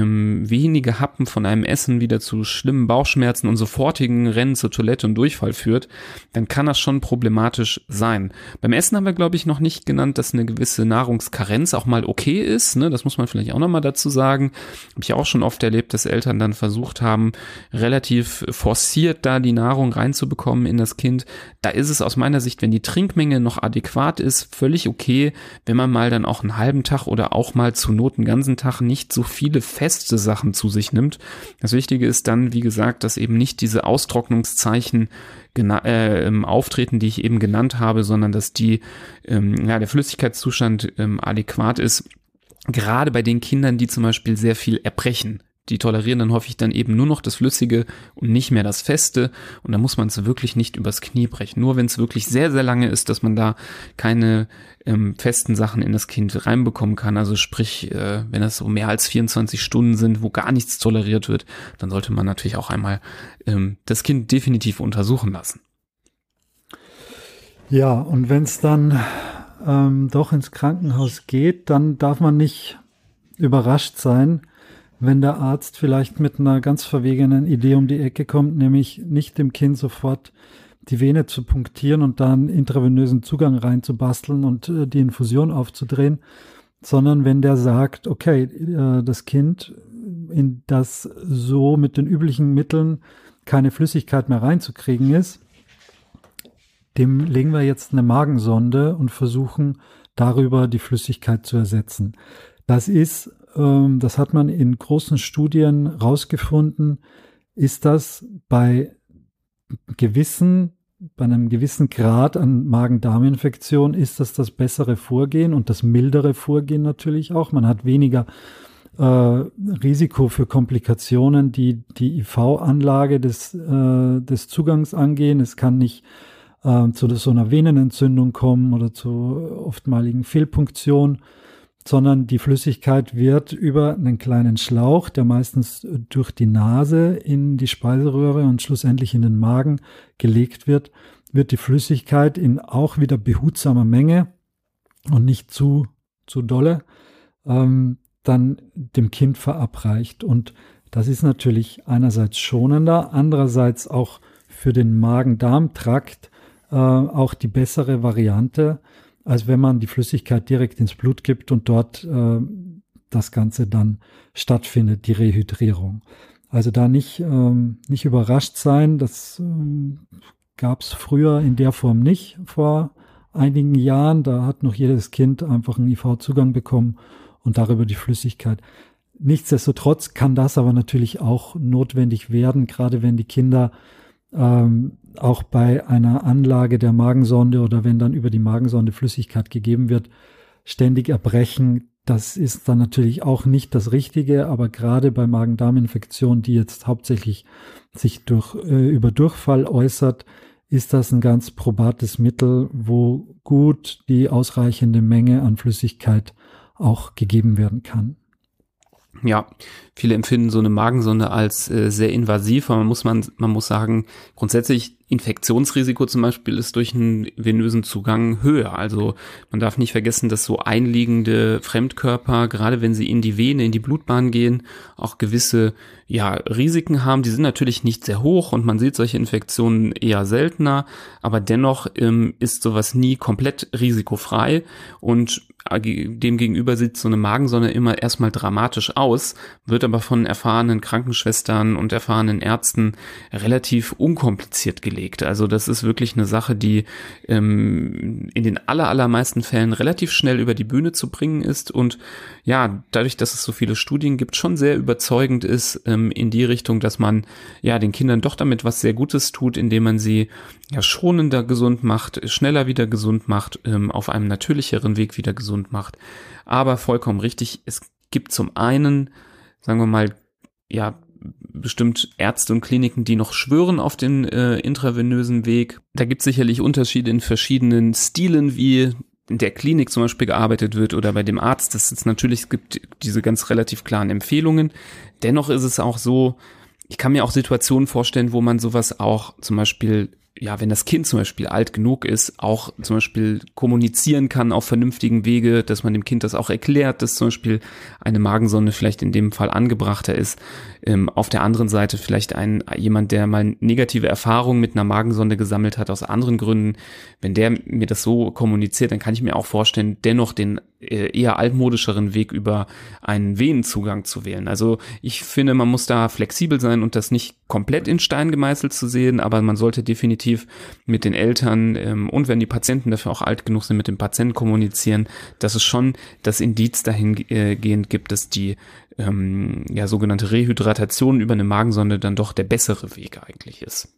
[SPEAKER 1] wenige Happen von einem Essen wieder zu schlimmen Bauchschmerzen und sofortigen Rennen zur Toilette und Durchfall führt, dann kann das schon problematisch sein. Beim Essen haben wir, glaube ich, noch nicht genannt, dass eine gewisse Nahrungskarenz auch mal okay ist. Ne? Das muss man vielleicht auch nochmal dazu sagen. Habe ich auch schon oft erlebt, dass Eltern dann versucht haben, relativ forciert da die Nahrung reinzubekommen in das Kind. Da ist es aus meiner Sicht, wenn die Trinkmenge noch adäquat ist, völlig okay, wenn man mal dann auch einen halben Tag oder auch mal zur Not einen ganzen Tag nicht so viele feste Sachen zu sich nimmt. Das Wichtige ist dann, wie gesagt, dass eben nicht diese Austrocknungszeichen auftreten, die ich eben genannt habe, sondern dass der Flüssigkeitszustand adäquat ist. Gerade bei den Kindern, die zum Beispiel sehr viel erbrechen. Die tolerieren dann häufig dann eben nur noch das Flüssige und nicht mehr das Feste. Und da muss man es wirklich nicht übers Knie brechen. Nur wenn es wirklich sehr, sehr lange ist, dass man da keine festen Sachen in das Kind reinbekommen kann. Also sprich, wenn das so mehr als 24 Stunden sind, wo gar nichts toleriert wird, dann sollte man natürlich auch einmal das Kind definitiv untersuchen lassen.
[SPEAKER 2] Ja, und wenn es dann doch ins Krankenhaus geht, dann darf man nicht überrascht sein, wenn der Arzt vielleicht mit einer ganz verwegenen Idee um die Ecke kommt, nämlich nicht dem Kind sofort die Vene zu punktieren und da einen intravenösen Zugang reinzubasteln und die Infusion aufzudrehen, sondern wenn der sagt, okay, das Kind, in das so mit den üblichen Mitteln keine Flüssigkeit mehr reinzukriegen ist, dem legen wir jetzt eine Magensonde und versuchen darüber die Flüssigkeit zu ersetzen. Das hat man in großen Studien rausgefunden, ist das bei einem gewissen Grad an Magen-Darm-Infektion ist das bessere Vorgehen und das mildere Vorgehen natürlich auch. Man hat weniger Risiko für Komplikationen, die IV-Anlage des Zugangs angehen. Es kann nicht zu so einer Venenentzündung kommen oder zu oftmaligen Fehlpunktion, sondern die Flüssigkeit wird über einen kleinen Schlauch, der meistens durch die Nase in die Speiseröhre und schlussendlich in den Magen gelegt wird die Flüssigkeit in auch wieder behutsamer Menge und nicht zu dolle, dann dem Kind verabreicht. Und das ist natürlich einerseits schonender, andererseits auch für den Magen-Darm-Trakt auch die bessere Variante, als wenn man die Flüssigkeit direkt ins Blut gibt und dort das Ganze dann stattfindet, die Rehydrierung. Also da nicht überrascht sein, das gab es früher in der Form nicht, vor einigen Jahren. Da hat noch jedes Kind einfach einen IV-Zugang bekommen und darüber die Flüssigkeit. Nichtsdestotrotz kann das aber natürlich auch notwendig werden, gerade wenn die Kinder auch bei einer Anlage der Magensonde oder wenn dann über die Magensonde Flüssigkeit gegeben wird, ständig erbrechen. Das ist dann natürlich auch nicht das Richtige, aber gerade bei Magen-Darm-Infektionen, die jetzt hauptsächlich sich über Durchfall äußert, ist das ein ganz probates Mittel, wo gut die ausreichende Menge an Flüssigkeit auch gegeben werden kann.
[SPEAKER 1] Ja, viele empfinden so eine Magensonde als sehr invasiv, aber man muss sagen, grundsätzlich Infektionsrisiko zum Beispiel ist durch einen venösen Zugang höher. Also man darf nicht vergessen, dass so einliegende Fremdkörper, gerade wenn sie in die Vene, in die Blutbahn gehen, auch gewisse Risiken haben. Die sind natürlich nicht sehr hoch und man sieht solche Infektionen eher seltener, aber dennoch ist sowas nie komplett risikofrei und demgegenüber sieht so eine Magensonde immer erstmal dramatisch aus, wird aber von erfahrenen Krankenschwestern und erfahrenen Ärzten relativ unkompliziert gelegt. Also das ist wirklich eine Sache, die in den allermeisten Fällen relativ schnell über die Bühne zu bringen ist und ja, dadurch, dass es so viele Studien gibt, schon sehr überzeugend ist in die Richtung, dass man den Kindern doch damit was sehr Gutes tut, indem man sie schonender gesund macht, schneller wieder gesund macht, auf einem natürlicheren Weg wieder gesund macht. Aber vollkommen richtig, es gibt zum einen, sagen wir mal, bestimmt Ärzte und Kliniken, die noch schwören auf den intravenösen Weg. Da gibt es sicherlich Unterschiede in verschiedenen Stilen, wie in der Klinik zum Beispiel gearbeitet wird oder bei dem Arzt. Es gibt diese ganz relativ klaren Empfehlungen. Dennoch ist es auch so, ich kann mir auch Situationen vorstellen, wo man sowas auch zum Beispiel, wenn das Kind zum Beispiel alt genug ist, auch zum Beispiel kommunizieren kann auf vernünftigen Wege, dass man dem Kind das auch erklärt, dass zum Beispiel eine Magensonde vielleicht in dem Fall angebrachter ist. Auf der anderen Seite vielleicht jemand, der mal negative Erfahrungen mit einer Magensonde gesammelt hat aus anderen Gründen, wenn der mir das so kommuniziert, dann kann ich mir auch vorstellen, dennoch den eher altmodischeren Weg über einen Venenzugang zu wählen. Also ich finde, man muss da flexibel sein und das nicht komplett in Stein gemeißelt zu sehen, aber man sollte definitiv mit den Eltern und wenn die Patienten dafür auch alt genug sind, mit dem Patienten kommunizieren, dass es schon das Indiz dahingehend gibt, dass die sogenannte Rehydratation über eine Magensonde dann doch der bessere Weg eigentlich ist.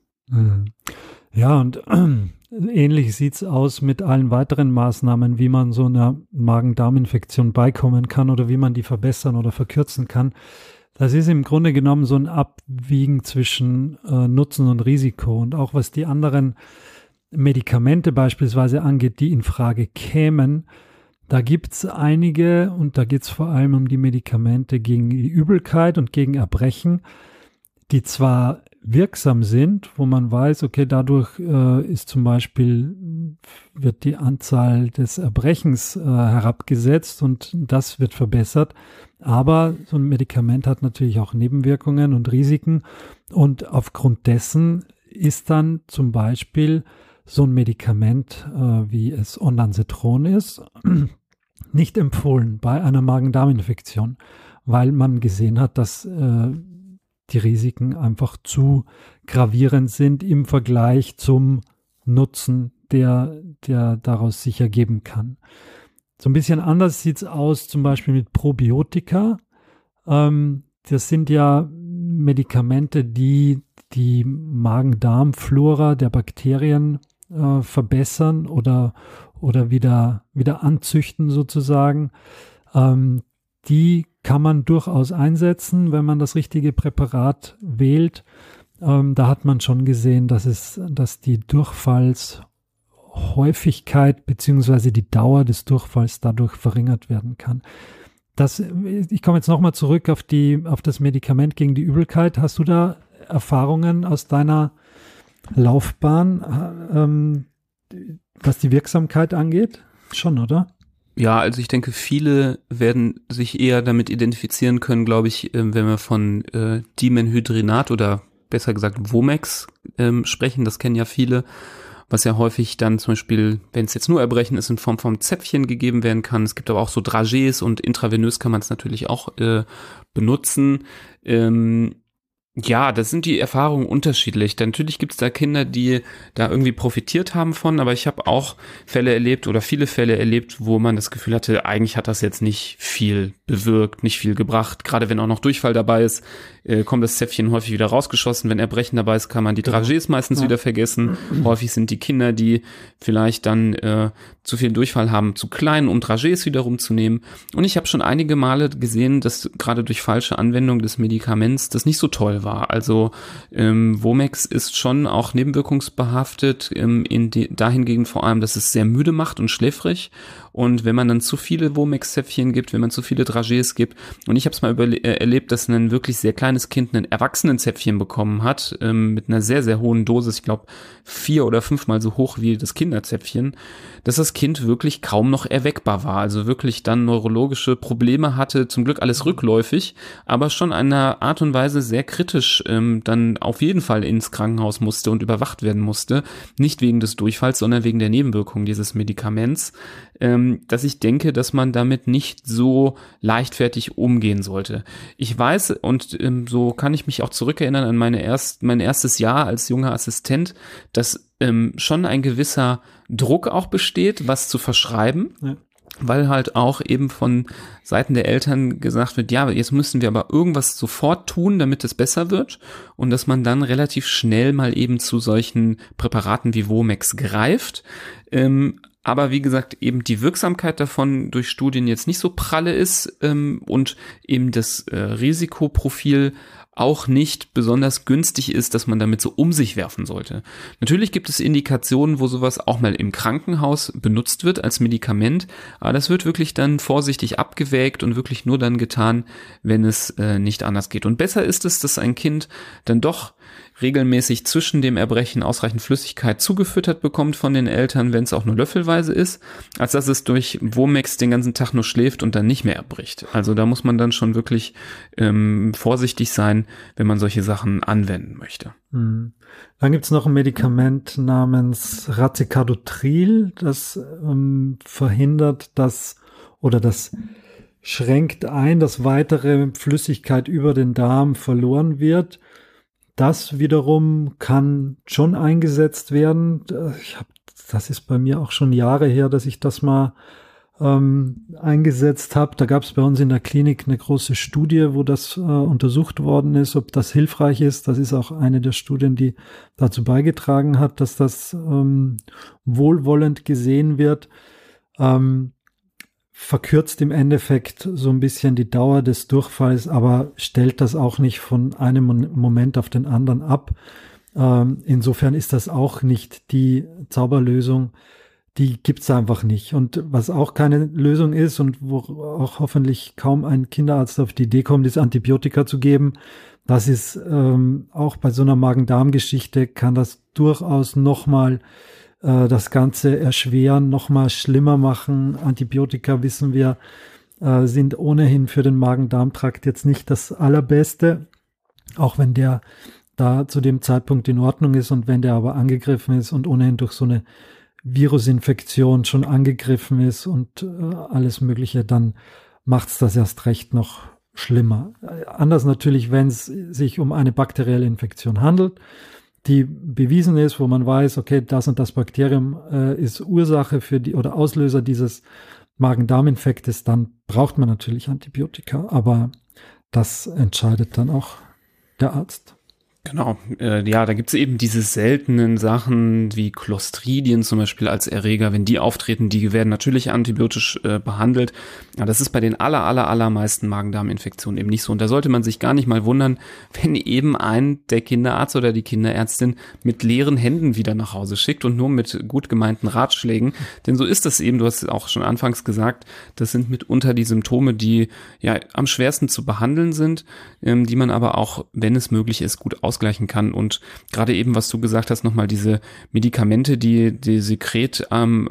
[SPEAKER 2] Ja, und ähnlich sieht's aus mit allen weiteren Maßnahmen, wie man so einer Magen-Darm-Infektion beikommen kann oder wie man die verbessern oder verkürzen kann. Das ist im Grunde genommen so ein Abwiegen zwischen Nutzen und Risiko. Und auch was die anderen Medikamente beispielsweise angeht, die in Frage kämen, da gibt's einige und da geht's vor allem um die Medikamente gegen die Übelkeit und gegen Erbrechen, die zwar wirksam sind, wo man weiß, okay, dadurch ist zum Beispiel, wird die Anzahl des Erbrechens herabgesetzt und das wird verbessert. Aber so ein Medikament hat natürlich auch Nebenwirkungen und Risiken und aufgrund dessen ist dann zum Beispiel so ein Medikament, wie es Ondansetron ist, nicht empfohlen bei einer Magen-Darm-Infektion, weil man gesehen hat, dass die Risiken einfach zu gravierend sind im Vergleich zum Nutzen, der daraus sich ergeben kann. So ein bisschen anders sieht es aus, zum Beispiel mit Probiotika. Das sind ja Medikamente, die die Magen-Darm-Flora der Bakterien verbessern oder wieder anzüchten sozusagen. Die kann man durchaus einsetzen, wenn man das richtige Präparat wählt. Da hat man schon gesehen, dass die Durchfallshäufigkeit bzw. die Dauer des Durchfalls dadurch verringert werden kann. Ich komme jetzt nochmal zurück auf das Medikament gegen die Übelkeit. Hast du da Erfahrungen aus deiner Laufbahn, was die Wirksamkeit angeht? Schon, oder?
[SPEAKER 1] Ja, also ich denke, viele werden sich eher damit identifizieren können, glaube ich, wenn wir von Dimenhydrinat oder besser gesagt Womex sprechen. Das kennen ja viele, was ja häufig dann zum Beispiel, wenn es jetzt nur Erbrechen ist, in Form von Zäpfchen gegeben werden kann. Es gibt aber auch so Dragees und intravenös kann man es natürlich auch benutzen. Ja, das sind die Erfahrungen unterschiedlich. Natürlich gibt es da Kinder, die da irgendwie profitiert haben von, aber ich habe auch Fälle erlebt oder viele Fälle erlebt, wo man das Gefühl hatte, eigentlich hat das jetzt nicht viel bewirkt, nicht viel gebracht. Gerade wenn auch noch Durchfall dabei ist, kommt das Zäpfchen häufig wieder rausgeschossen. Wenn Erbrechen dabei ist, kann man die Dragees meistens wieder vergessen. Häufig sind die Kinder, die vielleicht dann zu viel Durchfall haben, zu klein, um Dragees wieder rumzunehmen. Und ich habe schon einige Male gesehen, dass gerade durch falsche Anwendung des Medikaments das nicht so toll war. Also Womex ist schon auch nebenwirkungsbehaftet, dahingegen vor allem, dass es sehr müde macht und schläfrig. Und wenn man dann zu viele Womex-Zäpfchen gibt, wenn man zu viele Dragees gibt, und ich habe es mal erlebt, dass ein wirklich sehr kleines Kind ein Erwachsenenzäpfchen bekommen hat, mit einer sehr, sehr hohen Dosis, ich glaube 4 oder 5-mal so hoch wie das Kinderzäpfchen, dass das Kind wirklich kaum noch erweckbar war, also wirklich dann neurologische Probleme hatte, zum Glück alles rückläufig, aber schon einer Art und Weise sehr kritisch dann auf jeden Fall ins Krankenhaus musste und überwacht werden musste, nicht wegen des Durchfalls, sondern wegen der Nebenwirkungen dieses Medikaments, dass ich denke, dass man damit nicht so leichtfertig umgehen sollte. Ich weiß, und so kann ich mich auch zurückerinnern an mein erstes Jahr als junger Assistent, dass schon ein gewisser Druck auch besteht, was zu verschreiben. Ja. Weil halt auch eben von Seiten der Eltern gesagt wird, ja, jetzt müssen wir aber irgendwas sofort tun, damit es besser wird, und dass man dann relativ schnell mal eben zu solchen Präparaten wie Womex greift. Aber wie gesagt, eben die Wirksamkeit davon durch Studien jetzt nicht so pralle ist und eben das Risikoprofil auch nicht besonders günstig ist, dass man damit so um sich werfen sollte. Natürlich gibt es Indikationen, wo sowas auch mal im Krankenhaus benutzt wird als Medikament, aber das wird wirklich dann vorsichtig abgewägt und wirklich nur dann getan, wenn es nicht anders geht. Und besser ist es, dass ein Kind dann doch regelmäßig zwischen dem Erbrechen ausreichend Flüssigkeit zugefüttert bekommt von den Eltern, wenn es auch nur löffelweise ist, als dass es durch Womex den ganzen Tag nur schläft und dann nicht mehr erbricht. Also da muss man dann schon wirklich vorsichtig sein, wenn man solche Sachen anwenden möchte.
[SPEAKER 2] Dann gibt es noch ein Medikament namens Racecadotril, das verhindert das schränkt ein, dass weitere Flüssigkeit über den Darm verloren wird. Das wiederum kann schon eingesetzt werden. Das ist bei mir auch schon Jahre her, dass ich das mal eingesetzt habe. Da gab es bei uns in der Klinik eine große Studie, wo das untersucht worden ist, ob das hilfreich ist. Das ist auch eine der Studien, die dazu beigetragen hat, dass das wohlwollend gesehen wird. Verkürzt im Endeffekt so ein bisschen die Dauer des Durchfalls, aber stellt das auch nicht von einem Moment auf den anderen ab. Insofern ist das auch nicht die Zauberlösung. Die gibt's einfach nicht. Und was auch keine Lösung ist und wo auch hoffentlich kaum ein Kinderarzt auf die Idee kommt, ist Antibiotika zu geben. Das ist auch bei so einer Magen-Darm-Geschichte kann das durchaus nochmal das Ganze erschweren, nochmal schlimmer machen. Antibiotika, wissen wir, sind ohnehin für den Magen-Darm-Trakt jetzt nicht das Allerbeste, auch wenn der da zu dem Zeitpunkt in Ordnung ist, und wenn der aber angegriffen ist und ohnehin durch so eine Virusinfektion schon angegriffen ist und alles Mögliche, dann macht's das erst recht noch schlimmer. Anders natürlich, wenn es sich um eine bakterielle Infektion handelt, die bewiesen ist, wo man weiß, okay, das und das Bakterium ist Ursache für oder Auslöser dieses Magen-Darm-Infektes, dann braucht man natürlich Antibiotika, aber das entscheidet dann auch der Arzt.
[SPEAKER 1] Genau, ja, da gibt's eben diese seltenen Sachen wie Clostridien zum Beispiel als Erreger, wenn die auftreten, die werden natürlich antibiotisch behandelt, aber das ist bei den allermeisten Magen-Darm-Infektionen eben nicht so, und da sollte man sich gar nicht mal wundern, wenn eben der Kinderarzt oder die Kinderärztin mit leeren Händen wieder nach Hause schickt und nur mit gut gemeinten Ratschlägen, denn so ist das eben, du hast es auch schon anfangs gesagt, das sind mitunter die Symptome, die ja am schwersten zu behandeln sind, die man aber auch, wenn es möglich ist, gut ausgleichen kann. Und gerade eben, was du gesagt hast, nochmal diese Medikamente, die Sekret,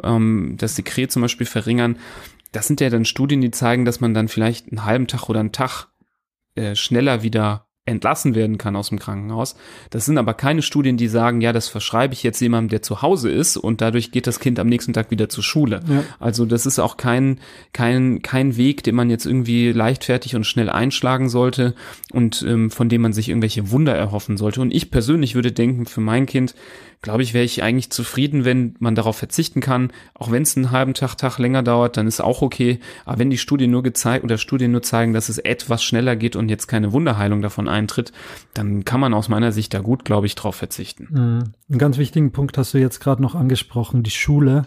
[SPEAKER 1] das Sekret zum Beispiel verringern, das sind ja dann Studien, die zeigen, dass man dann vielleicht einen halben Tag oder einen Tag schneller wieder entlassen werden kann aus dem Krankenhaus. Das sind aber keine Studien, die sagen, ja, das verschreibe ich jetzt jemandem, der zu Hause ist, und dadurch geht das Kind am nächsten Tag wieder zur Schule. Ja. Also das ist auch kein Weg, den man jetzt irgendwie leichtfertig und schnell einschlagen sollte und von dem man sich irgendwelche Wunder erhoffen sollte. Und ich persönlich würde denken, für mein Kind, glaube ich, wäre ich eigentlich zufrieden, wenn man darauf verzichten kann. Auch wenn es einen halben Tag länger dauert, dann ist auch okay. Aber wenn die Studien nur zeigen, dass es etwas schneller geht und jetzt keine Wunderheilung davon eintritt, dann kann man aus meiner Sicht da gut, glaube ich, drauf verzichten.
[SPEAKER 2] Einen ganz wichtigen Punkt hast du jetzt gerade noch angesprochen, die Schule.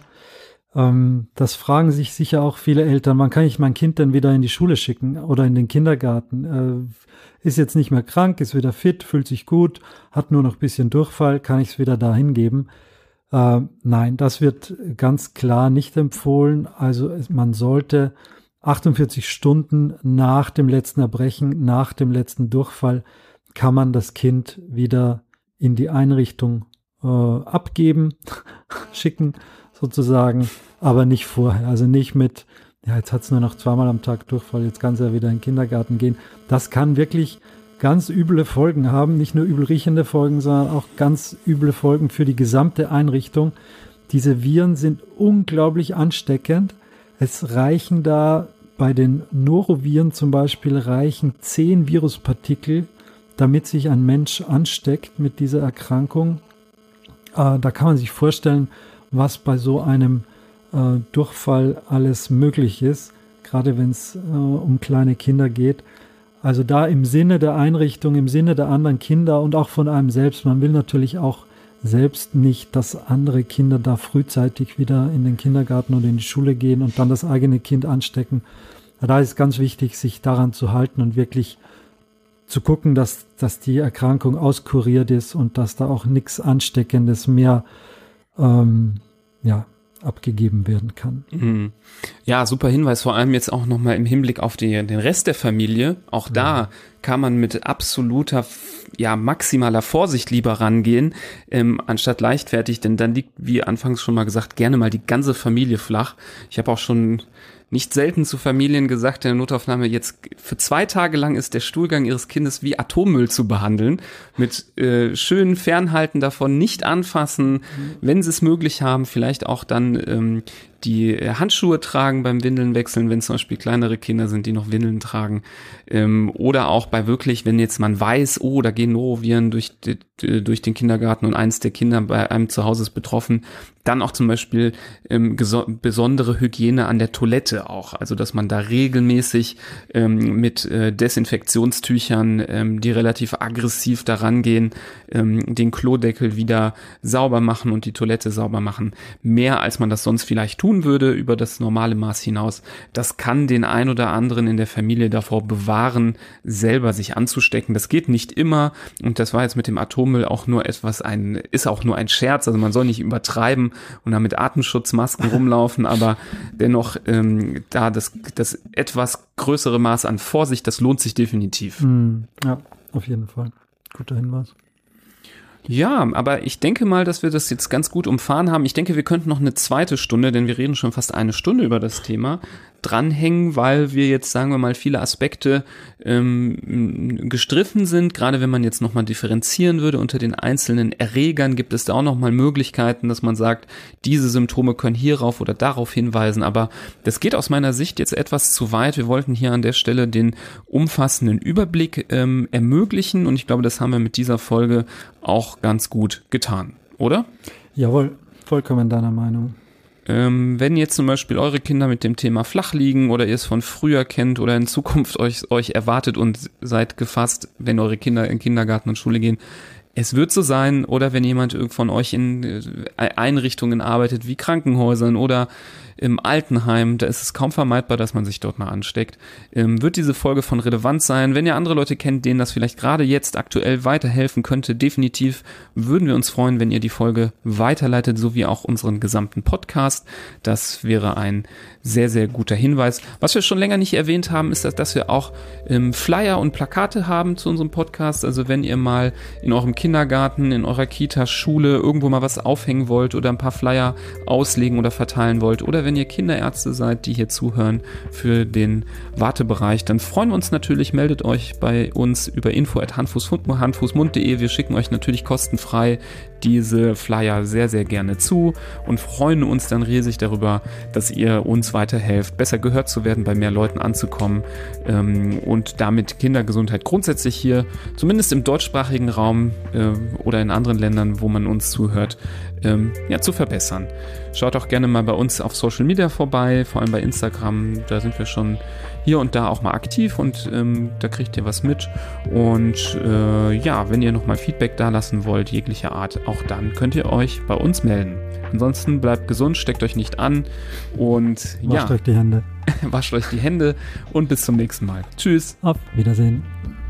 [SPEAKER 2] Das fragen sich sicher auch viele Eltern. Wann kann ich mein Kind denn wieder in die Schule schicken oder in den Kindergarten? Ist jetzt nicht mehr krank, ist wieder fit, fühlt sich gut, hat nur noch ein bisschen Durchfall, kann ich es wieder dahin geben? Nein, das wird ganz klar nicht empfohlen. Also man sollte 48 Stunden nach dem letzten Erbrechen, nach dem letzten Durchfall, kann man das Kind wieder in die Einrichtung abgeben, schicken sozusagen, aber nicht vorher. Also nicht mit, ja, jetzt hat es nur noch 2-mal am Tag Durchfall, jetzt kann es ja wieder in den Kindergarten gehen. Das kann wirklich ganz üble Folgen haben, nicht nur übel riechende Folgen, sondern auch ganz üble Folgen für die gesamte Einrichtung. Diese Viren sind unglaublich ansteckend. Es reichen da bei den Noroviren zum Beispiel 10 Viruspartikel, damit sich ein Mensch ansteckt mit dieser Erkrankung. Da kann man sich vorstellen, was bei so einem Durchfall alles möglich ist, gerade wenn es um kleine Kinder geht. Also da im Sinne der Einrichtung, im Sinne der anderen Kinder und auch von einem selbst. Man will natürlich auch selbst nicht, dass andere Kinder da frühzeitig wieder in den Kindergarten oder in die Schule gehen und dann das eigene Kind anstecken. Da ist ganz wichtig, sich daran zu halten und wirklich zu gucken, dass die Erkrankung auskuriert ist und dass da auch nichts Ansteckendes mehr abgegeben werden kann.
[SPEAKER 1] Ja, super Hinweis, vor allem jetzt auch nochmal im Hinblick auf den Rest der Familie. Auch da kann man mit absoluter, maximaler Vorsicht lieber rangehen, anstatt leichtfertig, denn dann liegt, wie anfangs schon mal gesagt, gerne mal die ganze Familie flach. Ich habe auch schon nicht selten zu Familien gesagt in der Notaufnahme, jetzt für 2 Tage lang ist der Stuhlgang ihres Kindes wie Atommüll zu behandeln, mit schönen Fernhalten davon, nicht anfassen, wenn sie es möglich haben, vielleicht auch dann die Handschuhe tragen beim Windeln wechseln, wenn zum Beispiel kleinere Kinder sind, die noch Windeln tragen, oder auch bei wirklich, wenn jetzt man weiß, da gehen Noroviren durch den Kindergarten und eines der Kinder bei einem zu Hause ist betroffen, dann auch zum Beispiel besondere Hygiene an der Toilette auch, also dass man da regelmäßig mit Desinfektionstüchern, die relativ aggressiv daran gehen, den Klodeckel wieder sauber machen und die Toilette sauber machen, mehr als man das sonst vielleicht tun würde über das normale Maß hinaus. Das kann den ein oder anderen in der Familie davor bewahren, selber sich anzustecken. Das geht nicht immer und das war jetzt mit dem Atommüll auch nur ist auch nur ein Scherz, also man soll nicht übertreiben und dann mit Atemschutzmasken rumlaufen, aber dennoch da das etwas größere Maß an Vorsicht, das lohnt sich definitiv.
[SPEAKER 2] Ja, auf jeden Fall. Guter Hinweis.
[SPEAKER 1] Ja, aber ich denke mal, dass wir das jetzt ganz gut umfahren haben. Ich denke, wir könnten noch eine 2. Stunde, denn wir reden schon fast 1 Stunde über das Thema, dranhängen, weil wir jetzt, sagen wir mal, viele Aspekte gestriffen sind. Gerade wenn man jetzt nochmal differenzieren würde unter den einzelnen Erregern, gibt es da auch nochmal Möglichkeiten, dass man sagt, diese Symptome können hierauf oder darauf hinweisen. Aber das geht aus meiner Sicht jetzt etwas zu weit. Wir wollten hier an der Stelle den umfassenden Überblick ermöglichen und ich glaube, das haben wir mit dieser Folge auch ganz gut getan, oder?
[SPEAKER 2] Jawohl, vollkommen deiner Meinung.
[SPEAKER 1] Wenn jetzt zum Beispiel eure Kinder mit dem Thema flach liegen oder ihr es von früher kennt oder in Zukunft euch erwartet und seid gefasst, wenn eure Kinder in Kindergarten und Schule gehen, es wird so sein, oder wenn jemand von euch in Einrichtungen arbeitet wie Krankenhäusern oder im Altenheim, da ist es kaum vermeidbar, dass man sich dort mal ansteckt, wird diese Folge von Relevanz sein. Wenn ihr andere Leute kennt, denen das vielleicht gerade jetzt aktuell weiterhelfen könnte, definitiv würden wir uns freuen, wenn ihr die Folge weiterleitet, sowie auch unseren gesamten Podcast. Das wäre ein sehr, sehr guter Hinweis. Was wir schon länger nicht erwähnt haben, ist, dass wir auch Flyer und Plakate haben zu unserem Podcast. Also wenn ihr mal in eurem Kindergarten, in eurer Kita, Schule irgendwo mal was aufhängen wollt oder ein paar Flyer auslegen oder verteilen wollt oder wenn ihr Kinderärzte seid, die hier zuhören für den Wartebereich, dann freuen wir uns natürlich, meldet euch bei uns über info@handfußmund.de. Wir schicken euch natürlich kostenfrei diese Flyer sehr, sehr gerne zu und freuen uns dann riesig darüber, dass ihr uns weiterhelft, besser gehört zu werden, bei mehr Leuten anzukommen und damit Kindergesundheit grundsätzlich hier, zumindest im deutschsprachigen Raum oder in anderen Ländern, wo man uns zuhört, zu verbessern. Schaut auch gerne mal bei uns auf Social Media vorbei, vor allem bei Instagram, da sind wir schon hier und da auch mal aktiv und da kriegt ihr was mit und wenn ihr nochmal Feedback da lassen wollt, jeglicher Art, auch dann könnt ihr euch bei uns melden. Ansonsten bleibt gesund, steckt euch nicht an und
[SPEAKER 2] wascht euch die Hände.
[SPEAKER 1] Wascht euch die Hände und bis zum nächsten Mal. Tschüss.
[SPEAKER 2] Auf Wiedersehen.